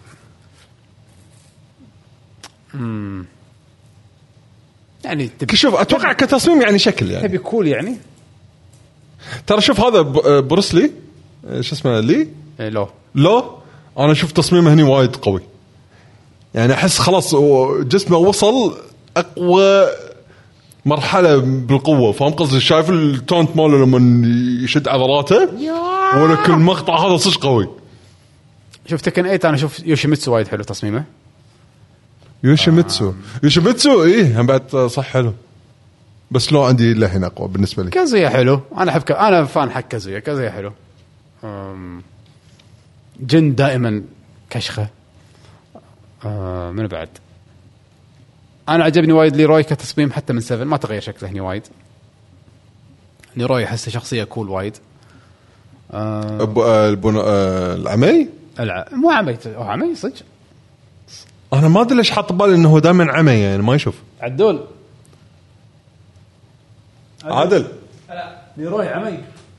يعني شوف أتوقع كتصميم يعني شكل يعني تبي كول يعني. ترى شوف هذا بروسلي شو اسمه لي لو أنا أشوف تصميمه هني وايد قوي، يعني أحس خلاص جسمه وصل أقوى مرحلة بالقوة، فهم قصدي؟ شايف التونت ماله لما يشد عضلاته ولا كل مقطع هذا صش قوي. شوف تكن 8 أنا أشوف يوشيميتسو وايد حلو تصميمه. يوشيميتسو إيه هم بعد صح حلو، بس لو عندي لهنا أقوى بالنسبة لي. كازويا حلو، أنا أحب أنا فان حق كازويا حلو. جن دائما كشخة. من بعد أنا عجبني وايد ليروي كتصميم حتى من 7 ما تغير شكله هني وايد. ليروي حسه شخصية كول وايد. العمي مو عمي صدق. أنا ما أدري ليش حاط بالي إنه هو دائما عمي يعني ما يشوف. عدل ليروي عمي.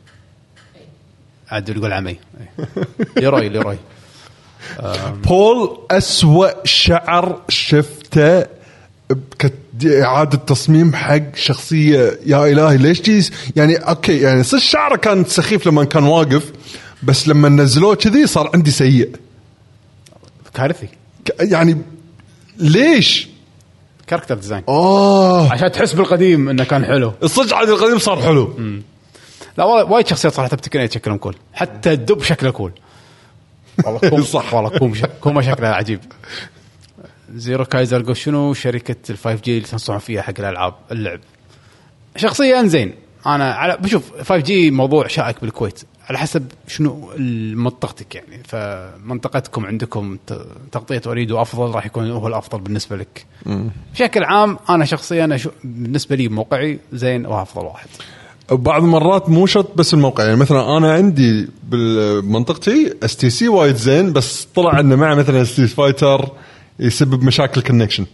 عدل يقول عمي. ليروي بول أسوأ شعر شفته دي اعاده تصميم حق شخصيه. يا الهي ليش جيز يعني اوكي يعني صار شعره كان سخيف لما كان واقف، بس لما نزلوه كذي صار عندي سيء كارثي يعني. ليش كاركتر ديزاين عشان تحس بالقديم انه كان حلو. الصدق عاد القديم صار حلو. لا والله وايد شخصيات صراحه بتكن شكلهم كول، حتى الدب شكله كول والله كوم صح والله كوم شكلها عجيب. زيرو كايزر جو شنو شركه ال5G اللي تنصحون فيها حق الالعاب اللعب شخصيا زين. انا على بشوف 5G موضوع شائك بالكويت على حسب شنو منطقتك يعني، فمنطقتكم عندكم تغطيه اريد افضل راح يكون هو الافضل بالنسبه لك. بشكل عام انا شخصيا بالنسبه لي موقعي زين وافضل واحد. بعض المرات مو شرط بس الموقع يعني، مثلا انا عندي بمنطقتي STC وايد زين، بس طلع انه مع مثلا ستريت فايتر يسبب مشاكل كونكشن.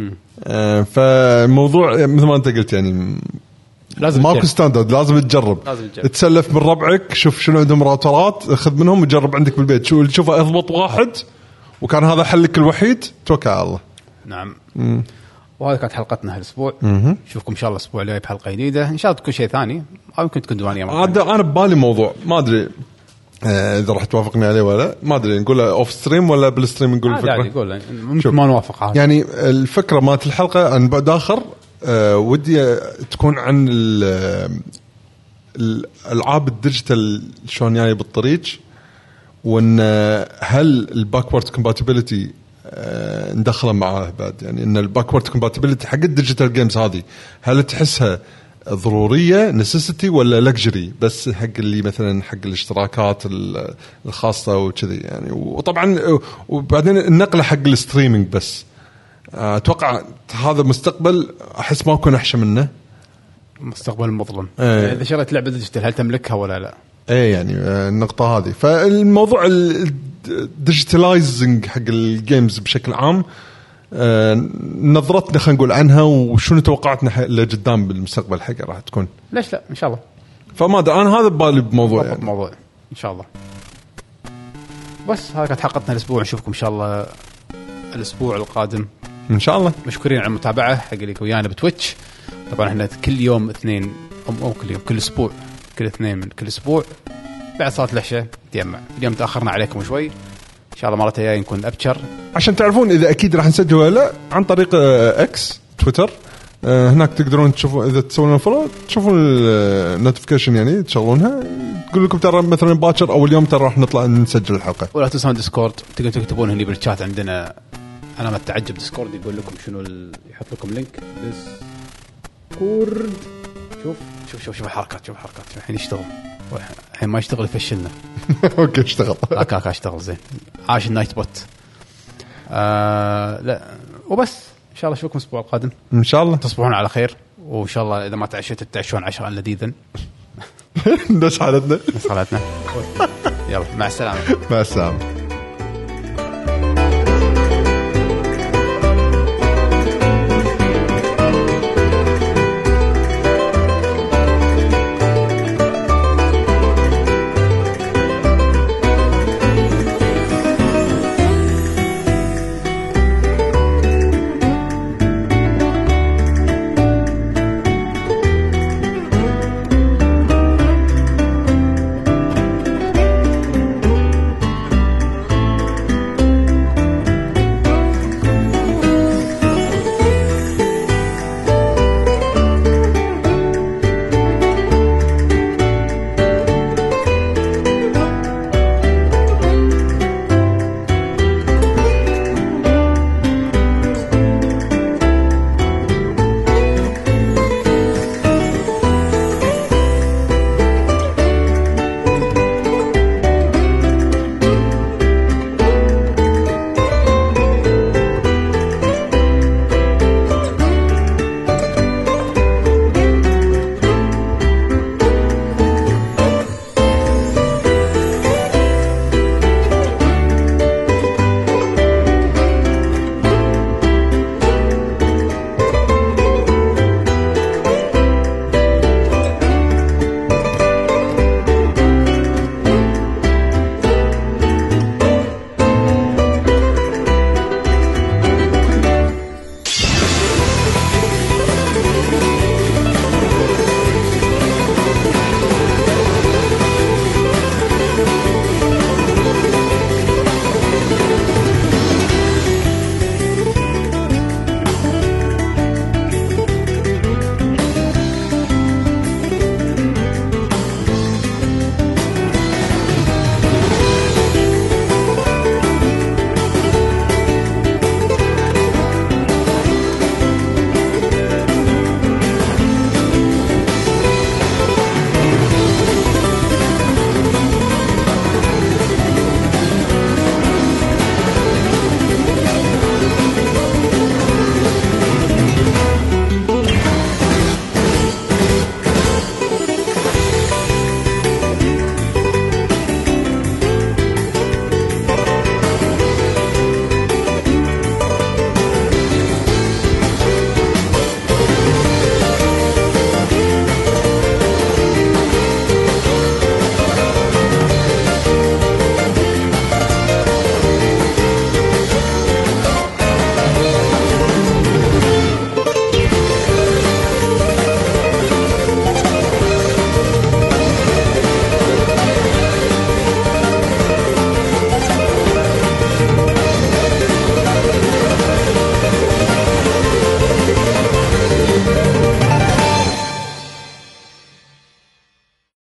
فالموضوع مثل ما انت قلت يعني لازم ماكو ستاندرد، لازم تجرب تسلف من ربعك، شوف شنو عندهم راوترات خذ منهم وجرب عندك بالبيت، شو اللي تشوفه اضبط واحد وكان هذا حلك الوحيد توكل على الله. نعم. وهذه كانت حلقتنا هالاسبوع. نشوفكم ان شاء الله الاسبوع الجاي بحلقه جديده ان شاء الله تكون شيء ثاني او يمكن تكون دوانيه. انا ببالي موضوع ما ادري اذا راح توافقني عليه ولا ما ادري، نقوله اوف ستريم ولا بالستريم نقول الفكره. عادي نقول ممكن ما نوافق عادي. يعني الفكره مالت الحلقه عن بعد اخر ودي تكون عن الالعاب الديجيتال شلون جايه بالطريق، وان هل الباكورد كومباتيبلتي ندخله معاه بعد، يعني ان الباكورد كومباتيبلتي حق الديجيتال جيمز هذه هل تحسها ضروريه نسيسيتي ولا لكجري بس حق اللي مثلا حق الاشتراكات الخاصه وكذي يعني. وطبعا وبعدين النقله حق الستريمينج بس اتوقع هذا مستقبل احس ما اكون احشى منه. مستقبل مظلم. اذا شريت لعبه ديجيتال هل تملكها ولا لا؟ ايه يعني النقطه هذه. فالموضوع الديجيتالايزنج حق الجيمز بشكل عام نظرتنا خلينا نقول عنها وشنو توقعاتنا لقدام بالمستقبل حقها راح تكون. ليش لا ان شاء الله. فما ادري انا هذا ببالي بموضوع يعني. موضوع ان شاء الله. بس هذه كانت حلقتنا الاسبوع، نشوفكم ان شاء الله الاسبوع القادم ان شاء الله. مشكورين على المتابعه حق اللي ويانا بتويتش. طبعا احنا كل يوم اثنين او كل يوم كل اسبوع كل اثنين من كل اسبوع بعد صلاه العشاء نتجمع. اليوم تاخرنا عليكم شوي، ان شاء الله مرة جايه نكون ابشر عشان تعرفون اذا اكيد راح نسجل ولا لا عن طريق اكس تويتر. هناك تقدرون تشوفوا اذا تسوون فولو تشوفون النوتيفيكيشن يعني تشغلونها تقول لكم ترى مثلا باكر او اليوم ترى راح نطلع نسجل الحلقه. ولا تنسون ديسكورد تقدرون تكتبون هنا بالشات عندنا انا ما اتعجب ديسكورد يقول لكم شنو يحط لكم لينك ديسكورد. شوف الحركات شوف الحركات الحين يشتغل الحين ما يشتغل يفشلنا. اوكي اشتغل هكا اشتغل زين. عاش النايت بوت. لا وبس ان شاء الله اشوفكم الاسبوع القادم ان شاء الله. تصبحون على خير وان شاء الله اذا ما تعشيتوا تعشون عشاء لذيذا. نفس حالتنا يلا مع السلامه. مع السلامه.